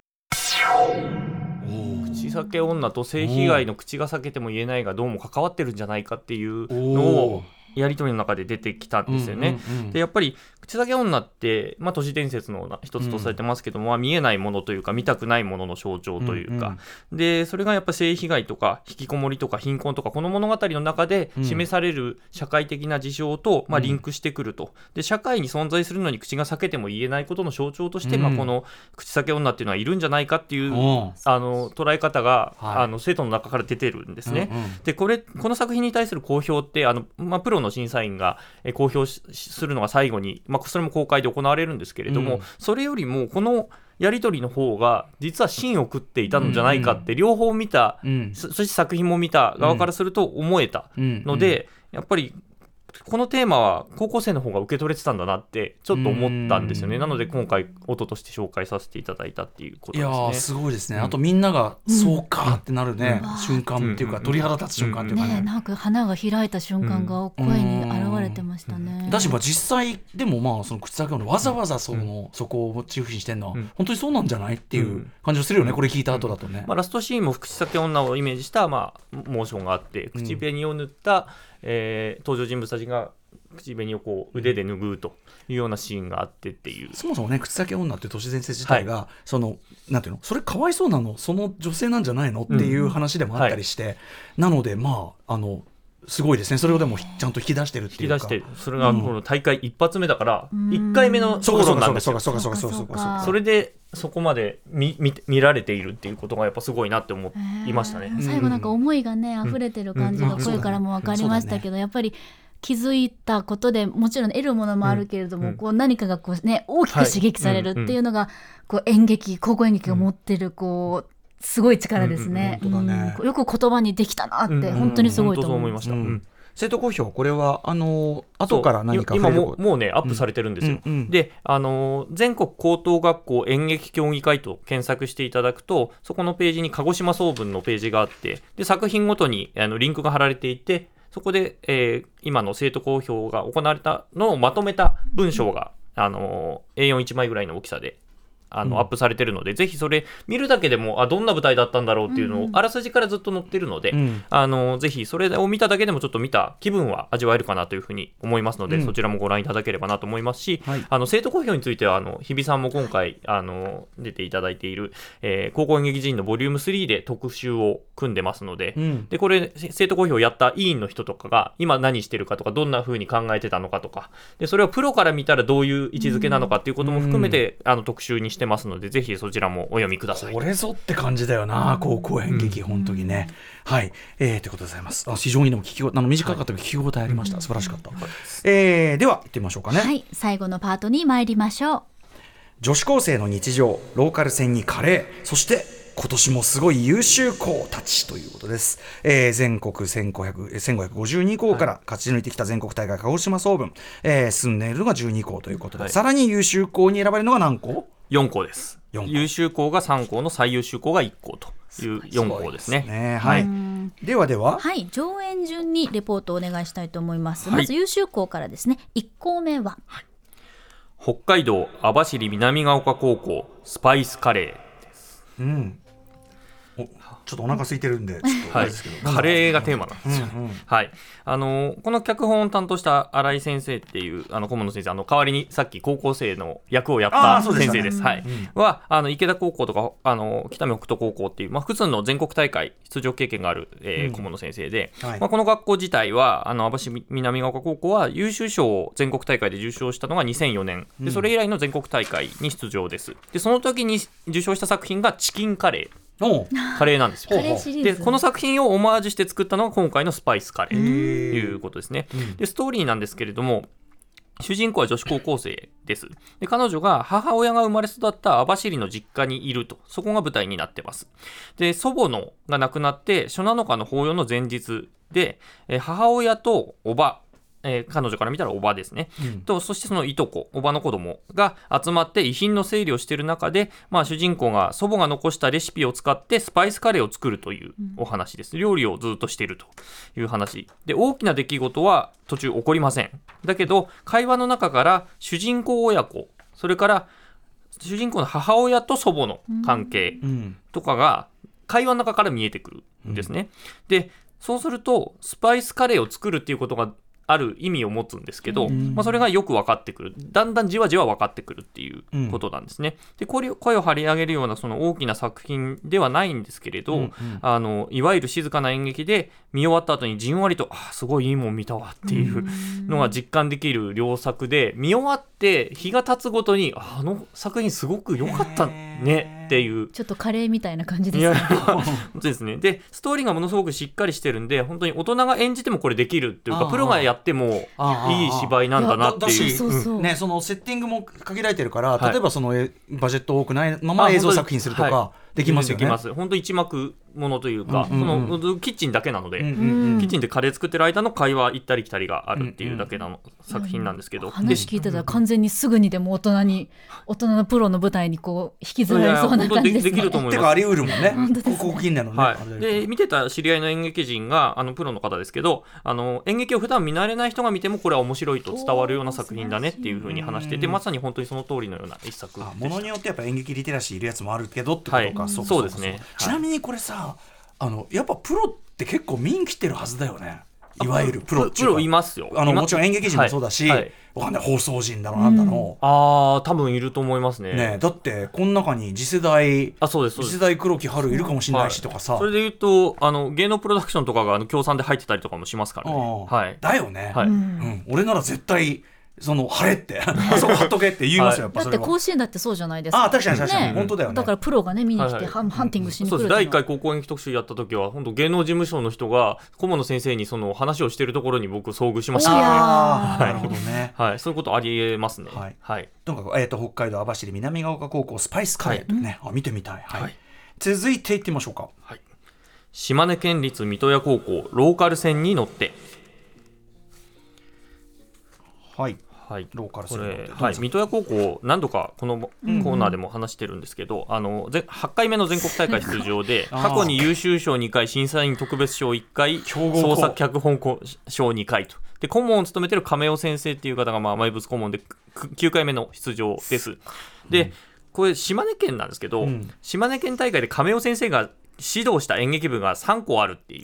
口裂け女と性被害の口が裂けても言えないがどうも関わってるんじゃないかっていうのをやり取りの中で出てきたんですよね。うんうんうん、でやっぱり口裂け女って、まあ、都市伝説の一つとされてますけども、うんまあ、見えないものというか見たくないものの象徴というか、うんうん、でそれがやっぱ性被害とか引きこもりとか貧困とかこの物語の中で示される社会的な事象と、まあ、リンクしてくると。で社会に存在するのに口が裂けても言えないことの象徴として、うんまあ、この口裂け女っていうのはいるんじゃないかっていう、うん、あの捉え方が、はい、あの生徒の中から出てるんですね。うんうん、でこれこの作品に対する好評ってあの、まあ、プロの審査員がえ公表するのが最後に、まあ、それも公開で行われるんですけれども、うん、それよりもこのやり取りの方が実は芯を食っていたのじゃないかって両方見た、うん、そして作品も見た側からすると思えたので、やっぱりこのテーマは高校生の方が受け取れてたんだなってちょっと思ったんですよね。なので今回音として紹介させていただいたっていうことですね。 いやすごいですね、うん、あとみんなが、うん、そうかってなるね、うん、瞬間っていうか、うん、鳥肌立つ瞬間っていうか ね, ねなんか花が開いた瞬間が声に現れてましたね。 だし実際でもまあその口裂け女わざわざその、うん、そこをモチーフにしてるのは、うん、本当にそうなんじゃないっていう感じがするよね、うん、これ聞いた後だとね、 まあ、ラストシーンも口裂け女をイメージした、まあ、モーションがあって口紅を塗った、うんえー、登場人物たちが口紅をこう腕で拭うというようなシーンがあってっていう、 そもそもね口裂け女っていう都市伝説自体が、はい、そのなんていうのそれかわいそうなのその女性なんじゃないのっていう話でもあったりして、うんはい、なのでまああのすごいですね。それをでもちゃんと引き出してるっていうか、 引き出してそれがこの大会一発目だから、うん、いっかいめの討論なんですよ。それでそこまで 見, 見, 見られているっていうことがやっぱすごいなって思いましたね。 最後なんか思いがね溢れてる感じが声からも分かりましたけど、やっぱり気づいたことでもちろん得るものもあるけれども、うん、こう何かがこう、ね、大きく刺激されるっていうのが、はいこう演劇高校演劇が持ってるこうすごい力ですね。うんうんねうん、よく言葉にできたなって、うんうん、本当にすごいと思う。 本当そう思いました。うんうん生徒好評これはあの後から何か今ももうねアップされてるんですよ。うんうんうん、であの全国高等学校演劇協議会と検索していただくとそこのページに鹿児島総文のページがあってで作品ごとにあのリンクが貼られていてそこで、えー、今の生徒好評が行われたのをまとめた文章があの エーよんいち 枚ぐらいの大きさであの、うん、アップされてるのでぜひそれ見るだけでもあどんな舞台だったんだろうっていうのを、うん、あらすじからずっと載ってるので、うん、あのぜひそれを見ただけでもちょっと見た気分は味わえるかなというふうに思いますので、うん、そちらもご覧いただければなと思いますし、はい、あの生徒好評についてはあの日比さんも今回あの出ていただいている、えー、高校演劇人のボリュームスリーで特集を組んでますので、うん、でこれ生徒好評やった委員の人とかが今何してるかとかどんなふうに考えてたのかとかでそれをプロから見たらどういう位置づけなのかっていうことも含めて、うん、あの特集にしてますのでぜひそちらもお読みください。 これぞって感じだよな、うん、高校演劇、うん、本当にね、うん、はい、えー、ということでございます。あ非常にでも聞きあの短かったけど聞き応えありました、はい、素晴らしかった、うんえー、では行ってみましょうかね。 はい最後のパートに参りましょう。 女子高生の日常ローカル線にカレーそして今年もすごい優秀校たちということです、えー、全国せんごひゃくごじゅうに校から勝ち抜いてきた全国大会鹿児島総文、えー、住んでいるのがじゅうに校ということで、はい、さらに優秀校に選ばれるのが何校？ よん校です。よん校優秀校がさん校の最優秀校がいっ校というよん校ですね。 すねはい、ではでははい上演順にレポートをお願いしたいと思います、はい、まず優秀校からですねいっ校目は、はい、 北海道網走南ヶ丘高校スパイスカレーです。 うんちょっとお腹空いてるんでちょっとはい、カレーがテーマなんですよね、うんうんはい、あのこの脚本を担当した新井先生っていうあの顧問の先生あの代わりにさっき高校生の役をやった先生です、ねはいうん、はあの池田高校とかあの北見北斗高校っていう、まあ、複数の全国大会出場経験がある、えーうん、顧問の先生で、はいまあ、この学校自体はあの網走南ヶ丘高校は優秀賞を全国大会で受賞したのがにせんよねんでそれ以来の全国大会に出場です。でその時に受賞した作品がチキンカレーカレーなんですよ。でこの作品をオマージュして作ったのが今回のスパイスカレーということですね。でストーリーなんですけれども主人公は女子高校生です。で彼女が母親が生まれ育った網走の実家にいるとそこが舞台になってます。で祖母のが亡くなって初七日の法要の前日で母親とおばえー、彼女から見たらおばですね、 うんとそしてそのいとこおばの子供が集まって遺品の整理をしている中で、まあ、主人公が祖母が残したレシピを使ってスパイスカレーを作るというお話です。料理をずっとしているという話で、大きな出来事は途中起こりません。だけど会話の中から主人公親子、それから主人公の母親と祖母の関係とかが会話の中から見えてくるんですね、うん、でそうするとスパイスカレーを作るっていうことがある意味を持つんですけど、うんまあ、それがよく分かってくる、だんだんじわじわ分かってくるっていうことなんですね、うん、でこれ声を張り上げるようなその大きな作品ではないんですけれど、うんうん、あのいわゆる静かな演劇で見終わった後にじんわりとあすごいいいもん見たわっていうのが実感できる良作で、見終わって日が経つごとにあの作品すごく良かったねっていう、 ちょっとカレーみたいな感じですね。 いや本当ですね。でストーリーがものすごくしっかりしてるんで、本当に大人が演じてもこれできるっていうか、プロがやってもいい芝居なんだなっていう。 そうそうね、そのセッティングも限られてるから、例えばそのバジェット多くないまま映像作品するとかできますよね。 できます。本当一幕ものというか、 うんうんうん、 そのキッチンだけなので、 うんうんうん、 キッチンでカレー作ってる間の会話行ったり来たりがあるっていうだけの、うんうん、作品なんですけど、 話聞いてたら完全にすぐにでも大人に大人のプロの舞台にこう引きずられそうな感じですね。 できると思います。 てかあり得るもんね。ここ近年のね、 はい、で見てた知り合いの演劇人があのプロの方ですけど、あの演劇を普段見慣れない人が見てもこれは面白いと伝わるような作品だねっていう風に話してて、まさに本当にその通りのような一作でした。 ものによってやっぱ演劇リテラシーいるやつもあるけどってことか、はい、そうそうですね。 ちなみにこれさ、あのやっぱプロって結構見に来てるはずだよね。いわゆるプロっていうか、 プロいますよ。 あのもちろん演劇人もそうだし、はいはい、わかんない放送人だろうなんだろう、 うん、ああ多分いると思いますね。 ね、だってこの中に次世代あそうですそうです次世代黒木春いるかもしれないしとかさ、 はい、それでいうとあの芸能プロダクションとかがあの協賛で入ってたりとかもしますからね、はい、 だよね、 はいうん、俺なら絶対その晴れってあそこ貼っとけって言いますよ、やっぱそれは。 だって甲子園だってそうじゃないですか。 あ確かに確かに、ね、本当だよね。 だからプロがね見に来て、はいはい、ハンティングしに来る。 そうです。だいいっかい高校演劇特集やった時は本当芸能事務所の人が顧問の先生にその話をしているところに僕遭遇しましたね。 あ、はい、なるほどね、 はい、そういうことありえますね。 はいはい、 とにかく、えー、と北海道網走南ヶ丘高校スパイスカレーというね、はい、あ見てみたい、はいはい、続いていってみましょうか、 はい、島根県立三刀屋高校ローカル線に乗ってはいはい、 ローカル線これ、はい、三刀屋高校何度かこのコーナーでも話してるんですけど、うんうん、あのはちかいめの全国大会出場で過去に優秀賞にかい審査員特別賞いっかい創作脚本賞にかいとで顧問を務めてる亀尾先生っていう方がまあ埋物顧問できゅうかいめの出場です。で、うん、これ島根県なんですけど、うん、島根県大会で亀尾先生が指導した演劇部がさんこあるっていう、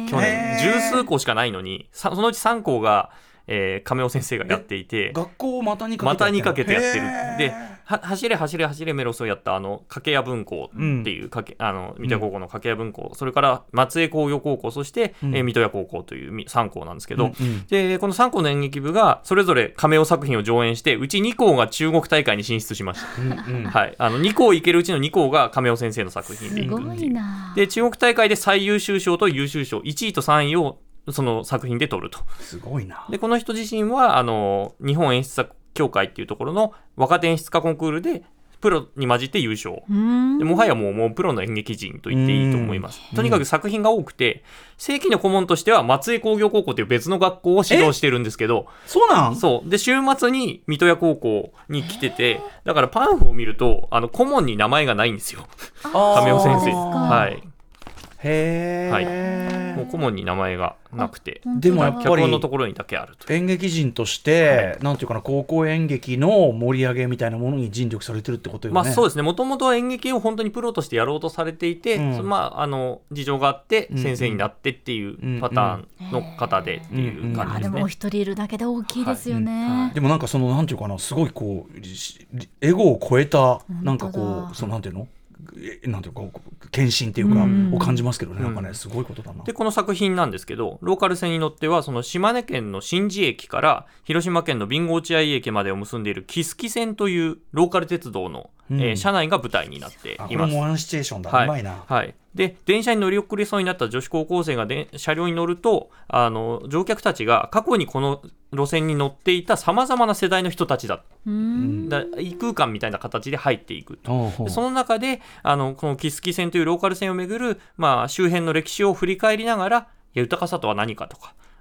去年十数校しかないのにそのうちさん校がえー、亀尾先生がやっていて、 学校をまたにかけてまたにかけてやってる。では走れ走れ走れメロスをやったあの掛屋分校っていう、うん、かけあの三刀屋高校の掛屋分校、うん、それから松江工業高校、そして、うんえー、三刀屋高校というさん校なんですけど、うんうん、でこのさん校の演劇部がそれぞれ亀尾作品を上演して、うちに校が中国大会に進出しました、うんうんはい、あのに校行けるうちのに校が亀尾先生の作品でいくっていう。で中国大会で最優秀賞と優秀賞いちいとさんいをその作品で撮ると。 すごいな。 でこの人自身はあの日本演出家協会っていうところの若手演出家コンクールでプロに混じって優勝でもはやもう、もうプロの演劇人と言っていいと思います。とにかく作品が多くて、正規の顧問としては松江工業高校という別の学校を指導してるんですけど、 そうなんそうで週末に三刀屋高校に来てて、だからパンフを見るとあの顧問に名前がないんですよ、亀尾先生。はいへー、はい、もう顧問に名前がなくて、 でもやっぱり脚本のところにだけあると。 演劇人として、はい、なんていうかな、高校演劇の盛り上げみたいなものに尽力されてるってことよね。 まあ、そうですね。もともとは演劇を本当にプロとしてやろうとされていて、うん、まあ、あの事情があって先生になってっていうパターンの方でっていう感じですね。 でもお一人いるだけで大きいですよね、はいはい、でもなんかそのなんていうかな、すごいこうエゴを超えたなんかこうそのなんていうのなんていうか献身っていうかを感じますけどね、なんかねすごいことだな。 でこの作品なんですけど、ローカル線に乗ってはその島根県の新地駅から広島県の備後落合駅までを結んでいる木槻線というローカル鉄道の、うんえー、車内が舞台になっています。あ、これもワンシチュエーションだ、 はい、 うまいな。 はい、で電車に乗り遅れそうになった女子高校生がで車両に乗ると、あの乗客たちが過去にこの路線に乗っていたさまざまな世代の人たちだ、うんだ異空間みたいな形で入っていくと。でその中であのこの木槻線というローカル線をめぐる、まあ、周辺の歴史を振り返りながら、いや豊かさとは何かとか、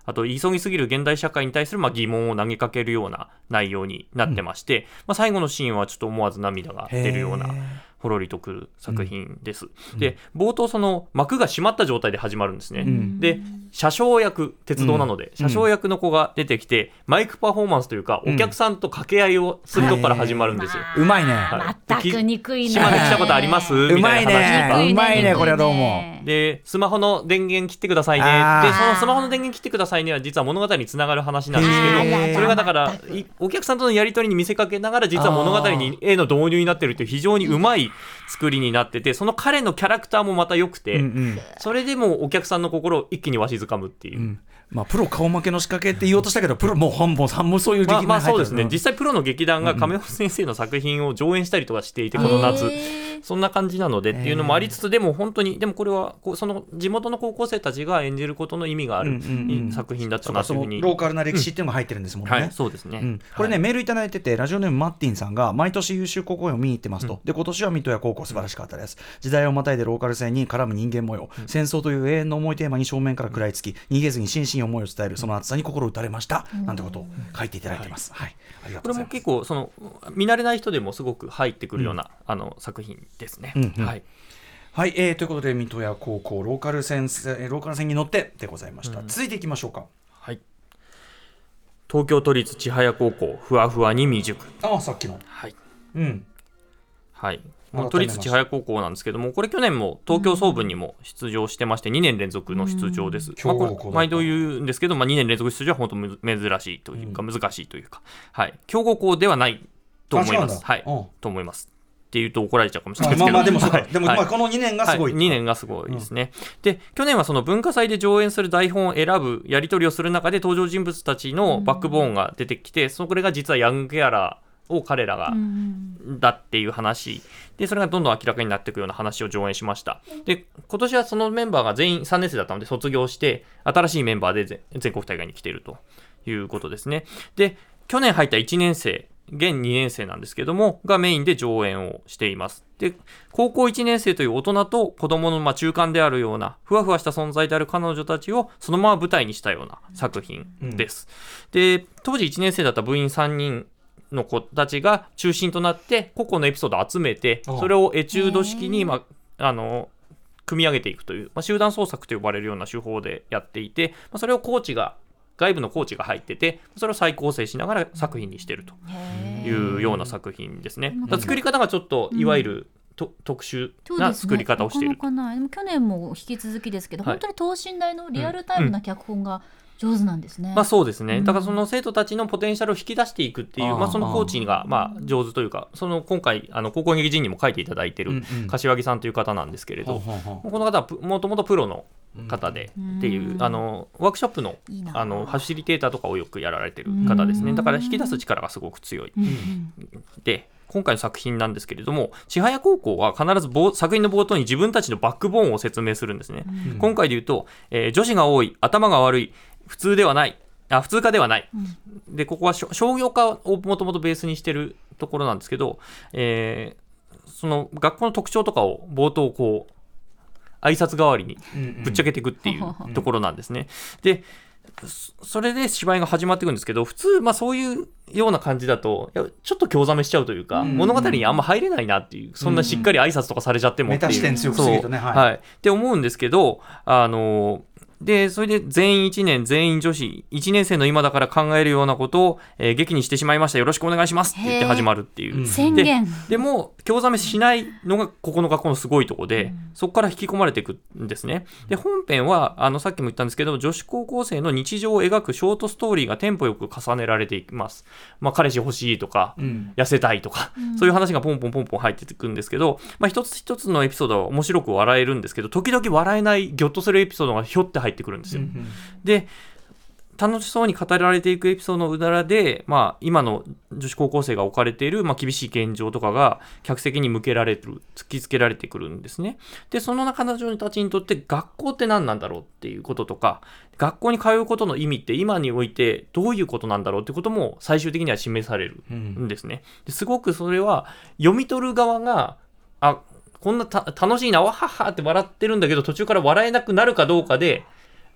あと急ぎすぎる現代社会に対するまあ疑問を投げかけるような内容になってまして、うん、まあ、最後のシーンはちょっと思わず涙が出るようなほろりとくる作品です、うん、で冒頭その幕が閉まった状態で始まるんですね、うん、で車掌役、鉄道なので、うん、車掌役の子が出てきて、マイクパフォーマンスというか、うん、お客さんと掛け合いをするとこから始まるんですよ、 うまいね、 はい、全く憎いね、 島根来たことありますみたいな話とか、 うまいね、これはどうも。 でスマホの電源切ってくださいね、でそのスマホの電源切ってくださいねは実は物語につながる話なんですけど、それがだからお客さんとのやり取りに見せかけながら実は物語にへの導入になっているという非常にうまい作りになってて、その彼のキャラクターもまた良くて、うんうん、それでもお客さんの心を一気にわしづかむっていう、うん、 まあ、プロ顔負けの仕掛けって言おうとしたけど、プロもう半本三本そういう劇団に入ってる、まあ、まあそうですね、 実際プロの劇団が亀尾先生の作品を上演したりとかしていて、この夏そんな感じなのでっていうのもありつつ、でも本当にでもこれはこうその地元の高校生たちが演じることの意味がある、うんうんうん、作品だったなというふうに、 ローカルな歴史っていうのが入ってるんですもんね、 うん、はい、そうですね、うん、 これね、はい、メールいただいてて、ラジオネームマッティンさんが毎年優秀高校園を見に行ってますと、うん、で今年は水戸屋高校素晴らしかったです、時代をまたいでローカル線に絡む人間模様、うん、戦争という永遠の重いテーマに正面から食らいつき、逃げずに真摯に思いを伝えるその熱さに心打たれました、うん、なんてことを書いていただいてます、はいはい、ありがとうございます。これも結構その見慣れない人でもすごく入ってくるような、うん、あの作品ですね、うんうん、はい、 はい、えー、ということで水戸屋高校ローカル線ローカル線に乗ってでございました、うん、続いていきましょうか。 はい、東京都立千早高校ふわふわに未熟、 ああさっきの、 はい、 うん、 はい、都立千早高校なんですけども、これ去年も東京総文にも出場してましてにねん連続の出場です、まあ、これ毎度言うんですけど、まあ、にねん連続出場は本当珍しいというか難しいというか、はい、強豪校ではないと思います、はい、と思いますっていうと怒られちゃうかもしれないですけど、まあまあでもそうか、でもまあこのにねんがすごい、はい、にねんがすごいですね、うん、で去年はその文化祭で上演する台本を選ぶやり取りをする中で登場人物たちのバックボーンが出てきて、それが実はヤングケアラーを彼らがだっていう話で、それがどんどん明らかになっていくような話を上演しました。で今年はそのメンバーが全員さんねん生だったので卒業して新しいメンバーで全国大会に来ているということですね。で去年入ったいちねん生現にねん生なんですけどもがメインで上演をしています。で高校いちねん生という大人と子どものまあ中間であるようなふわふわした存在である彼女たちをそのまま舞台にしたような作品です、うん、で当時いちねん生だった部員さんにんの子たちが中心となって個々のエピソードを集めて、それをエチュード式に、まあ、あの組み上げていくという、まあ、集団創作と呼ばれるような手法でやっていて、まあ、それをコーチが外部のコーチが入ってて、それを再構成しながら作品にしているというような作品ですね。だ作り方がちょっといわゆる、うん、特殊な作り方をしている、 うん、なかなかない。でも去年も引き続きですけど、はい、本当に等身大のリアルタイムな脚本が、うんうん上手なんですね。 まあそうですね。だからその生徒たちのポテンシャルを引き出していくっていう、うん、まあそのコーチがまあ上手というか、その今回あの高校劇人にも書いていただいている柏木さんという方なんですけれど、うんうん、この方はもともとプロの方でっていう、うん、あのワークショップのいいあのファシリテーターとかをよくやられている方ですね。だから引き出す力がすごく強い。うん、で。今回の作品なんですけれども、千早高校は必ず作品の冒頭に自分たちのバックボーンを説明するんですね、うん、今回で言うと、えー、女子が多い、頭が悪い、普通ではない、あ普通科ではない、うん、でここは商業科をもともとベースにしてるところなんですけど、えー、その学校の特徴とかを冒頭こう挨拶代わりにぶっちゃけていくっていうところなんですね、うんうん、でそれで芝居が始まっていくんですけど、普通、まあ、そういうような感じだとちょっと興ざめしちゃうというか、うんうん、物語にあんま入れないなっていう、そんなしっかり挨拶とかされちゃってもっていう、メタ視点強くすぎるとね、はい、はい、って思うんですけど、あのでそれで全員いちねん全員女子いちねん生の今だから考えるようなことを、えー、劇にしてしまいました、よろしくお願いしますって言って始まるっていう、 宣言 で, でも興ざめしないのがここの学校のすごいとこで、うん、そこから引き込まれていくんですね。で本編はあのさっきも言ったんですけど、女子高校生の日常を描くショートストーリーがテンポよく重ねられていきます。まあ、彼氏欲しいとか、うん、痩せたいとか、うん、そういう話がポンポンポンポン入っていくんですけど、まあ、一つ一つのエピソードは面白く笑えるんですけど、時々笑えないギョッとするエピソードがひょって入ってくるんですよ、うん、で楽しそうに語られていくエピソードのうだらで、まあ、今の女子高校生が置かれている、まあ、厳しい現状とかが客席に向けられる、突きつけられてくるんですね。でその彼女たちにとって学校って何なんだろうっていうこととか、学校に通うことの意味って今においてどういうことなんだろうってことも最終的には示されるんですね。ですごくそれは読み取る側があこんなた楽しいなわははって笑ってるんだけど、途中から笑えなくなるかどうかで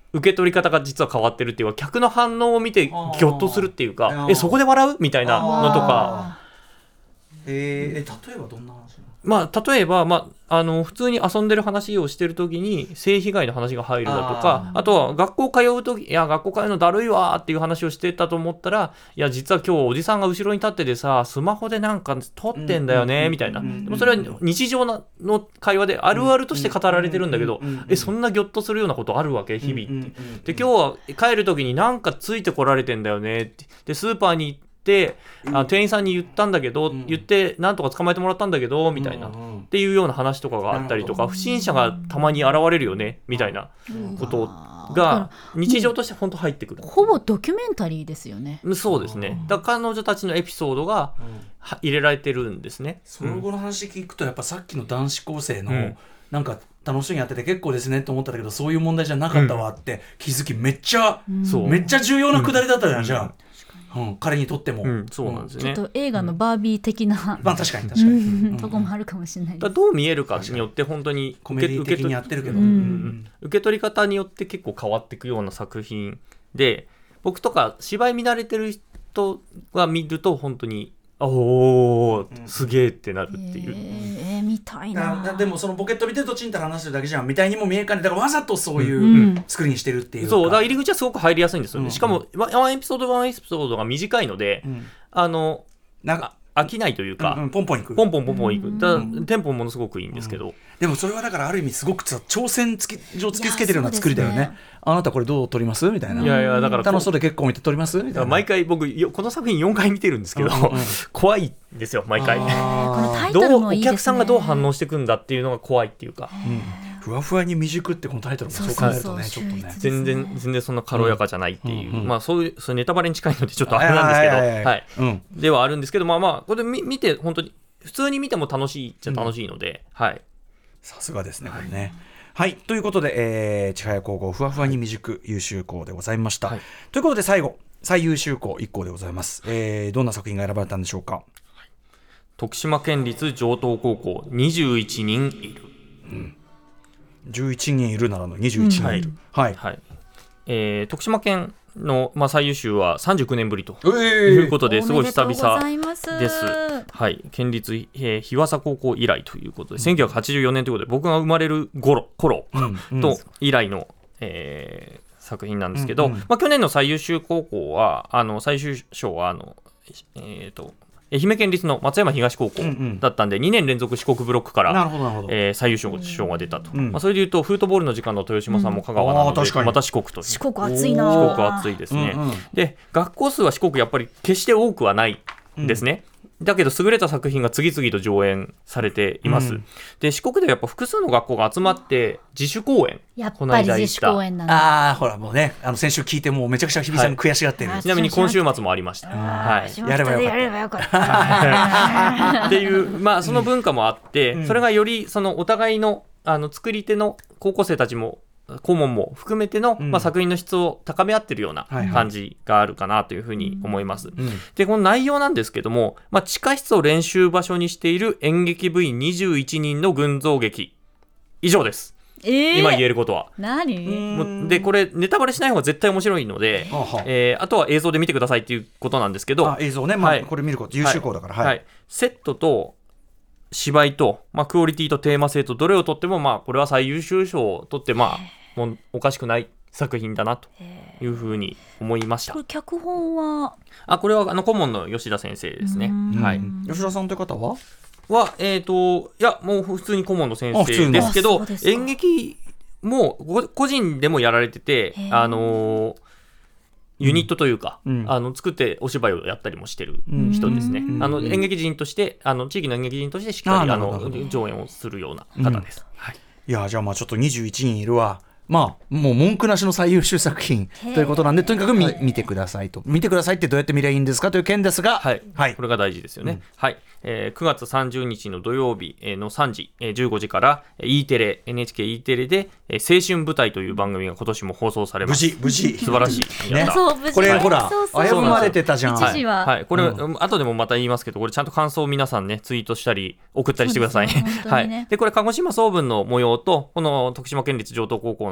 受け取り方が実は変わってるっていうか、客の反応を見てギョッとするっていうあか、 ーえそこで笑うみたいなのとか、 えー、え例えばどんな話なの？ まあ、例えば、まあ、あの普通に遊んでる話をしてるときに性被害の話が入るだとか、 あ, あとは学校通うとき、いや学校通うのだるいわっていう話をしてたと思ったら、いや実は今日おじさんが後ろに立っててさスマホでなんか撮ってんだよねみたいな、でもそれは日常の会話であるあるとして語られてるんだけど、えそんなギョッとするようなことあるわけ日々って。で今日は帰るときになんかついてこられてんだよねって。でスーパーに行ってであ店員さんに言ったんだけど、うん、言ってなんとか捕まえてもらったんだけどみたいな、うんうん、っていうような話とかがあったりとか、不審者がたまに現れるよねみたいなことが日常として本当入ってくる。 ほぼドキュメンタリーですよね。 そうですね。だから彼女たちのエピソードが入れられてるんですね。 その後の話聞くとやっぱさっきの男子高生の、うん、なんか楽しそうにやってて結構ですねと思ったんだけどそういう問題じゃなかったわって気づき、めっちゃ、うん、めっちゃ重要なくだりだったじゃん、うん、じゃあうん、彼にとっても、 うん、そうなんですね。 ちょっと映画のバービー的な、 うん、まあ確かに確かに、 うん、とこもあるかもしれないです。 だどう見えるかによって本当にコメディ的にやってるけど、 うんうん、受け取り方によって結構変わっていくような作品で、僕とか芝居見慣れてる人が見ると本当におーすげーってなるっていう、 えー、みたいな。 でもそのポケット見てるとちんたら話してるだけじゃんみたいにも見えかね、だからわざとそういう作りにしてるっていうか、 うん、そうだから入り口はすごく入りやすいんですよね、うん、しかもワンエピソードワンエピソードが短いので、うん、あのなんか飽きないというか、 うんうん、ポンポンいくポンポンポンポンいく、うん、だテンポものすごくいいんですけど、うん、 でもそれはだからある意味すごく挑戦つき上突きつけてるような作りだよ ね, ねあなたこれどう撮りますみたいな、 いやいやだから楽しそうで結構見て撮りますみたいな、 毎回僕この作品よんかい見てるんですけど、うんうん、怖いんですよ毎回。 このタイトルもいいですね。 どうお客さんがどう反応していくんだっていうのが怖いっていうか、 うんふわふわに未熟ってこのタイトルもそう考えるとね、ちょっとね全然全然そんな軽やかじゃないっていう、うんうん、まあそういうそれネタバレに近いのでちょっとあれなんですけど、はい、うん、ではあるんですけど、まあまあこれ見て本当に普通に見ても楽しいっちゃ楽しいので、うん、はい、 さすがですねこれね。はい、ということで、えー、千早高校ふわふわに未熟優秀校でございました、はい、ということで最後最優秀校いっ校でございます、えー、どんな作品が選ばれたんでしょうか。 徳島県立城東高校にじゅういちにんいる、うん、 じゅういちにんいるならのにじゅういちにんいる、うん、はい、はい、 えー、徳島県の、まあ、最優秀はさんじゅうきゅうねんぶりということで、えー、すごい久々です。はい、県立、えー、日和佐高校以来ということで、うん、せんきゅうひゃくはちじゅうよねんということで僕が生まれる頃、頃、うん、と以来の、えー、作品なんですけど、うんうん、まあ、去年の最優秀高校はあの最優秀賞はあの、えーと愛媛県立の松山東高校だったんで、うんうん、にねん連続四国ブロックから、えー、最優秀賞が出たと、うん、まあ、それでいうとフートボールの時間の豊島さんも香川なので、うん、また四国という四国暑いな四国暑いですね、うんうん、で学校数は四国やっぱり決して多くはないですね、うん、だけど優れた作品が次々と上演されています、うん、で四国ではやっぱ複数の学校が集まって自主公演、 やっぱり自主公演なんだ。 ああほらもうね、あの先週聞いてもうめちゃくちゃ日比さん悔しがってる、はい、 ちなみに今週末もありました、はい、 やればよかったやればよかったっていう、まあその文化もあって、うん、それがよりそのお互いのあの作り手の高校生たちも顧問も含めての、うん、まあ、作品の質を高め合っているような感じがあるかなというふうに思います、はいはい、うん、でこの内容なんですけども、まあ、地下室を練習場所にしている演劇部員にじゅういちにんの群像劇以上です、えー、今言えることは何で、これネタバレしない方が絶対面白いので、えー、あとは映像で見てくださいっていうことなんですけど、 あ映像ね、まあ、はい、これ見ること優秀校だから、はいはい、 セットと芝居と、まあ、クオリティとテーマ性とどれを取っても、まあ、これは最優秀賞を取って、まあ、もうおかしくない作品だなというふうに思いました。 これ脚本はあこれはあの顧問の吉田先生ですね、はい、 吉田さんという方はは、えーと、いやもう普通に顧問の先生ですけど、演劇も個人でもやられてて、あのーユニットというか、うん、あの作ってお芝居をやったりもしてる人ですね、うん、あの演劇人としてあの地域の演劇人としてしっかりあの上演をするような方です、うん、はい、 いやじゃあまあちょっとにじゅういちにんいるわ、まあもう文句なしの最優秀作品ということなんで、とにかく 見,、はい、見てくださいと見てくださいってどうやって見ればいいんですかという件ですが、 はいはい、これが大事ですよね、うん、はい、えー、くがつさんじゅうにちの土曜日のさんじ、じゅうごじからE テレ エヌエイチケー E テレで青春舞台という番組が今年も放送されます。 無事無事素晴らしい、 ね、これほら危ぶまれてたじゃん、 一時は、 はいはい、これ、うん、後でもまた言いますけど、これちゃんと感想を皆さんねツイートしたり送ったりしてください、ね、はい、でこれ鹿児島総文の模様とこの徳島県立城東高校の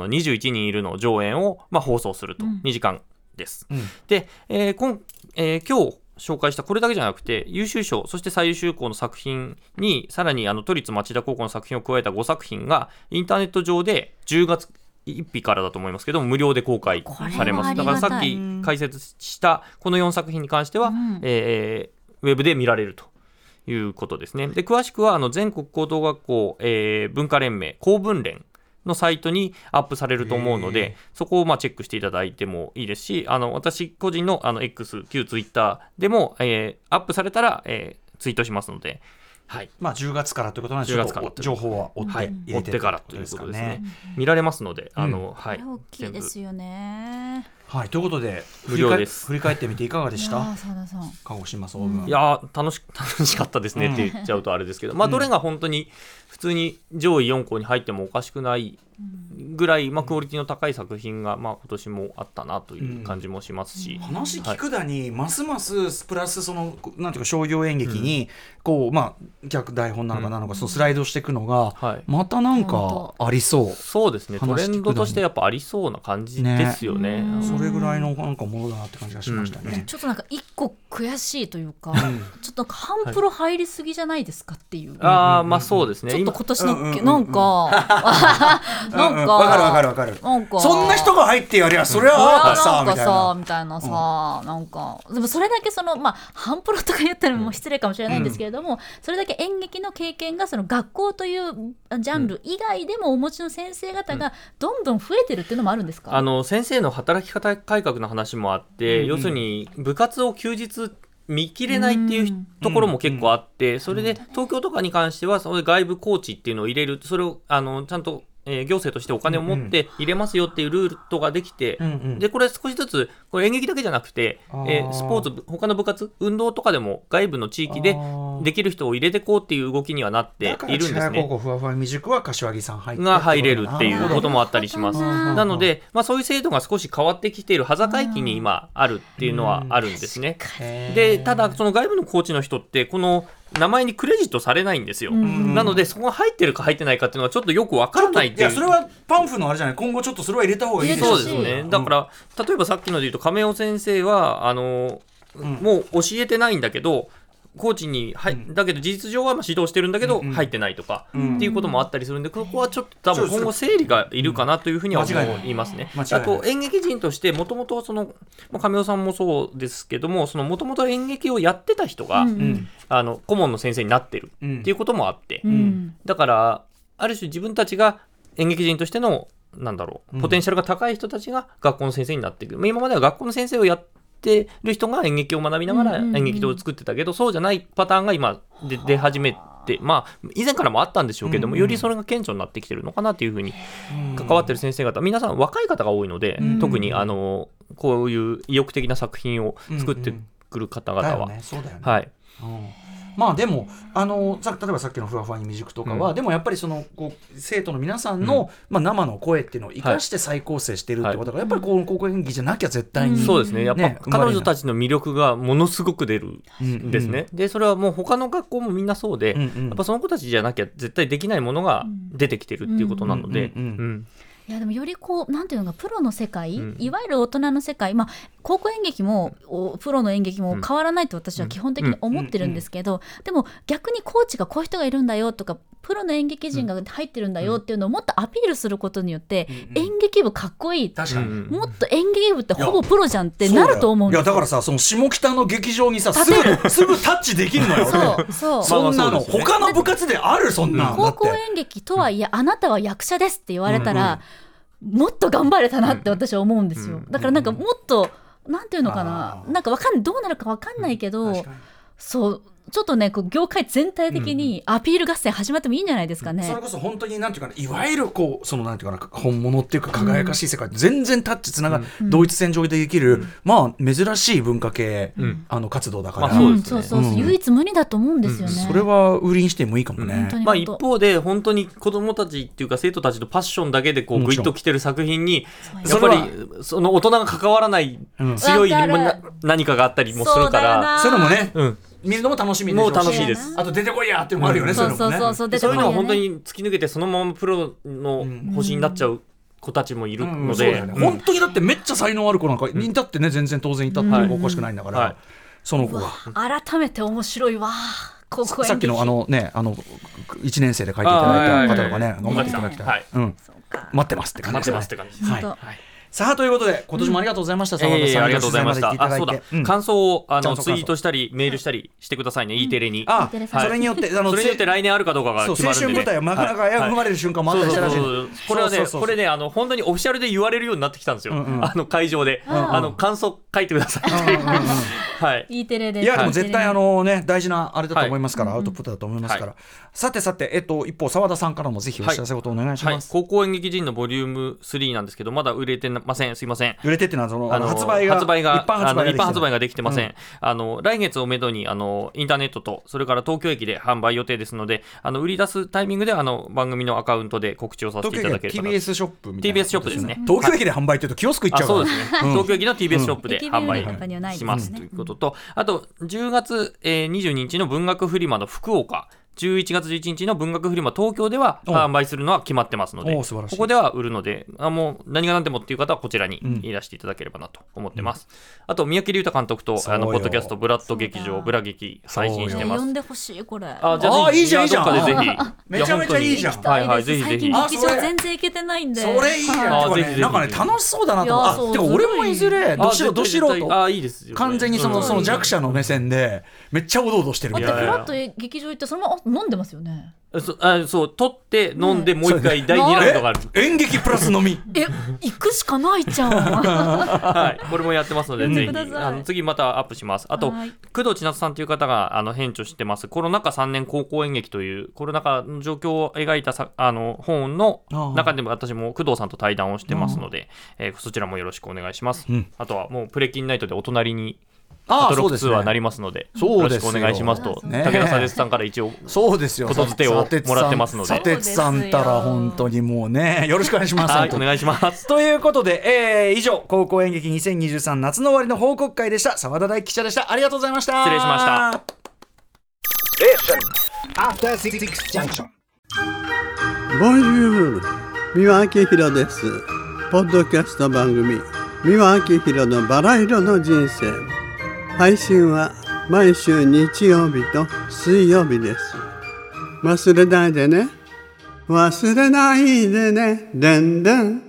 にじゅういちにんいるの上演を、まあ、放送すると、うん、にじかんです、うん、で、えー今えー、今日紹介したこれだけじゃなくて優秀賞そして最優秀校の作品にさらにあの都立町田高校の作品を加えたごさく品がインターネット上でじゅうがつついたちからだと思いますけど無料で公開されます。だからさっき解説したこのよんさく品に関しては、うんえー、ウェブで見られるということですね。で詳しくはあの全国高等学校、えー、文化連盟高文連のサイトにアップされると思うのでそこをまあチェックしていただいてもいいですしあの私個人のあの X 旧 Twitter でも、えー、アップされたら、えー、ツイートしますので、はいまあ、 じゅうがつからということなんでちょっと情報は追って入れて、 はい、追ってからということですね。見られますのであの、うん、はい、 大きいですよね。 はい、ということで無料です振り返ってみていかがでした？鹿児島総文、いや楽し、楽しかったですねって言っちゃうとあれですけど、うん、まあどれが本当に普通に上位よん校に入ってもおかしくないぐらい、まあ、クオリティの高い作品が、まあ、今年もあったなという感じもしますし、 うん、話聞くだに、はい、ますますプラスそのなんていうか商業演劇にこう、まあ、逆台本なのかなのか、うん、そうスライドしていくのが、はい、またなんかありそう。 そうですねトレンドとしてやっぱありそうな感じですよね。 ねそれぐらいのなんかものだなって感じがしましたね、 うん、ちょっとなんか一個悔しいというか、うん、ちょっとハンプロ入りすぎじゃないですかっていう、はい、 あまあそうですね。 ちょっと今年の、うんうんうん、なんかなんかわかるわかるわかる。なんかそんな人が入ってやりゃそれはさなんかさみたいなさ、うん、なんかでもそれだけそのまあハンプロとか言ったらもう失礼かもしれないんですけれども、うん、それだけ演劇の経験がその学校というジャンル以外でもお持ちの先生方がどんどん増えてるっていうのもあるんですか？ あの先生の働き方改革の話もあって、うん、要するに部活を休日見切れないっていうところも結構あって、うん、それで東京とかに関してはその外部コーチっていうのを入れるそれをあのちゃんとえー、行政としてお金を持って入れますよっていうルールができて、うんうん、でこれ少しずつこれ演劇だけじゃなくて、えー、スポーツ他の部活運動とかでも外部の地域でできる人を入れていこうっていう動きにはなっているんですね。 高校ふわふわ未熟は柏木さん入ってが入れるっていうこともあったりします。なので、まあ、そういう制度が少し変わってきている端境期に今あるっていうのはあるんですね。でただその外部のコーチの人ってこの名前にクレジットされないんですよ。なのでそこが入ってるか入ってないかっていうのはちょっとよく分からないっていう。 いやそれはパンフのあれじゃない今後ちょっとそれは入れた方がいいですそうですね。だから、うん、例えばさっきので言うと亀尾先生はあの、うん、もう教えてないんだけどコーチに、はい、うん、だけど事実上はまあ指導してるんだけど、うんうん、入ってないとか、うん、っていうこともあったりするんでここはちょっと多分今後整理がいるかなというふうには思いますね。あと演劇人としてもともとその亀尾さんもそうですけどももともと演劇をやってた人が、うん、あの顧問の先生になってるっていうこともあって、うん、だからある種自分たちが演劇人としてのなんだろうポテンシャルが高い人たちが学校の先生になっていく、うん、今までは学校の先生をやってってる人が演劇を学びながら演劇を作ってたけど、うんうんうん、そうじゃないパターンが今で出始めて、まあ以前からもあったんでしょうけども、うんうん、よりそれが顕著になってきてるのかなというふうに関わってる先生方皆さん若い方が多いので、うんうん、特にあのこういう意欲的な作品を作ってくる方々は、うんうんねそうだよねはい、うんまあでもあの例えばさっきのふわふわに未熟とかは、うん、でもやっぱりそのこう生徒の皆さんの、うんまあ、生の声っていうのを生かして再構成してるってことが、はい、やっぱりこう高校演劇じゃなきゃ絶対に、 うん、そうですねやっぱ、ね、彼女たちの魅力がものすごく出るんですね、うんうん、でそれはもう他の学校もみんなそうで、うんうん、やっぱその子たちじゃなきゃ絶対できないものが出てきてるっていうことなのでいやでもよりこうなんていうのかプロの世界、うん、いわゆる大人の世界、まあ、高校演劇もプロの演劇も変わらないと私は基本的に思ってるんですけど、でも逆にコーチがこういう人がいるんだよとかプロの演劇人が入ってるんだよっていうのをもっとアピールすることによって、うん、演劇部かっこいい、確かにもっと演劇部ってほぼプロじゃんってなると思うんですよ。 いやだからさその下北の劇場にさすぐすぐタッチできるのよそうそうそんなの他の部活であるそんな高校演劇とはいえあなたは役者ですって言われたら、うんうんもっと頑張れたなって私は思うんですよ。だからなんかもっとなんていうのかな、なんかわかんないどうなるかわかんないけど、そうちょっとねこう業界全体的にアピール合戦始まってもいいんじゃないですかね。 それこそ本当になんていうかないわゆるこうそのなんていうかな本物っていうか輝かしい世界、うん、全然タッチつなが、うん、同一線上でできる、うん、まあ珍しい文化系、うん、あの活動だから、 まあそうですね、 そうそうそう、うん、唯一無二だと思うんですよね、うん、 それは売りにしてもいいかもね、 うんまあ、一方で本当に子どもたちっていうか生徒たちのパッションだけでこうグイッときてる作品にやっぱりその大人が関わらない強い何かがあったりもするからそういうのもね、 うん見るのも楽しみでしょうし、 もう楽しいです。 あと出てこいやっていうのもあるよね、うん、 そうそうそうそう、 そういうのは本当に突き抜けてそのままプロの星になっちゃう子たちもいるうんので、 そうだよね、 うん本当にだってめっちゃ才能ある子なんかいたってね、全然当然いたっていうおかしくないんだから、 はいその子が改めて面白いわ高校演劇。 さっきのあのね、あのいちねん生で書いていただいた方とかね、頑張っていただきたい、 はいうん、 そうか待ってますって感じ待ですね。 ってますって感じです。 はい本当さあということで今年もありがとうございました、澤田さん、 えーありがとうございました。あ、そうだ、 うん感想をあ感想のツイートしたりメールしたりしてくださいね、E テレに。 あ、 テレさんそれによってあのそれによって来年あるかどうかがそう決まるんで、ね。 青春舞台はなかなか絵が踏まれる瞬間もあったりしたらしい。 そうそうそうこれはね、 そうそうそうこれね、あの本当にオフィシャルで言われるようになってきたんですよ。 うんうんあの会場で、あの感想書いてくださいっていう。はい。 E テレでいやでも絶対あののね大事なあれだと思いますから、アウトプットだと思いますから、さてさてえっと一方澤田さんからもぜひお知らせ事お願いしはいま、す。 高校演劇人のボリュームスリーなんですけど、まだ売れてません。すいません。 売れてっていうのはそのあのあの発売が発売が一般発売があの一般発売がができてません、 うんあの来月をめどにあのインターネットとそれから東京駅で販売予定ですので、あの売り出すタイミングであの番組のアカウントで告知をさせていただければな。 ティービーエス ショップみたいなティービーエス ショップですね。 東京駅で販売というとキオスク行っちゃあうからそうですね、東京駅の ティービーエス ショップで駅ビ販ルとかにはないですね売しますということと、あとじゅうがつ、えー、にじゅうににちの文学フリマの福岡、じゅういちがつじゅういちにちの文学フリマ東京ではお販売するのは決まってますので、 お素晴らしいここでは売るので、あもう何が何でもっていう方はこちらにいらしていただければなと思ってます、あと三宅龍太監督とそうよあのポッドキャストブラッド劇場そうだブラ劇配信してます。 呼んでほしいこれ。 あじゃああいいじゃんいいじゃんどっかでぜひめちゃめちゃいいじゃんや本当にはいはいぜひぜひ最近劇場あそれ全然行けてないんで。 それいいじゃん、 あてかねぜひぜひなんかね楽しそうだなと思って、 いやそうあてか俺もいずれどしろど素人あいいですよ完全にその,、 うんその弱者の目線でめっちゃおどおどしてるだってみたいな。 フラッと劇場行ってそのまま飲んでますよね。 そあそう取って飲んでもう一回だいにラウンドがある、 え演劇プラス飲みえ行くしかないじゃん。 はい、これもやってますので、 やってぜひくださいあの次またアップします。あと、 はい工藤千夏さんという方があの編著してます、コロナ禍さんねん高校演劇というコロナ禍の状況を描いたさあの本の中でも私も工藤さんと対談をしてますので、えーそちらもよろしくお願いします。 うんあとはもうプレキンナイトでお隣にあアトロックツアーねなりますので、 そうですよよろしくお願いしますと、 ね武田さですさんから一応そうですよ。 ことづてをもらってますので佐哲さんたら本当にもうねよろしくお願いします。 はい本当にお願いします。 ということで、えー以上高校演劇にせんにじゅうさん夏の終わりの報告会でした。澤田大記者でした。ありがとうございました。 失礼しました。 After Six Junction. ボンジュール三輪明宏です。ポッドキャスト番組三輪明宏のバラ色の人生、配信は毎週日曜日と水曜日です。忘れないでね、忘れないでね、でんでん。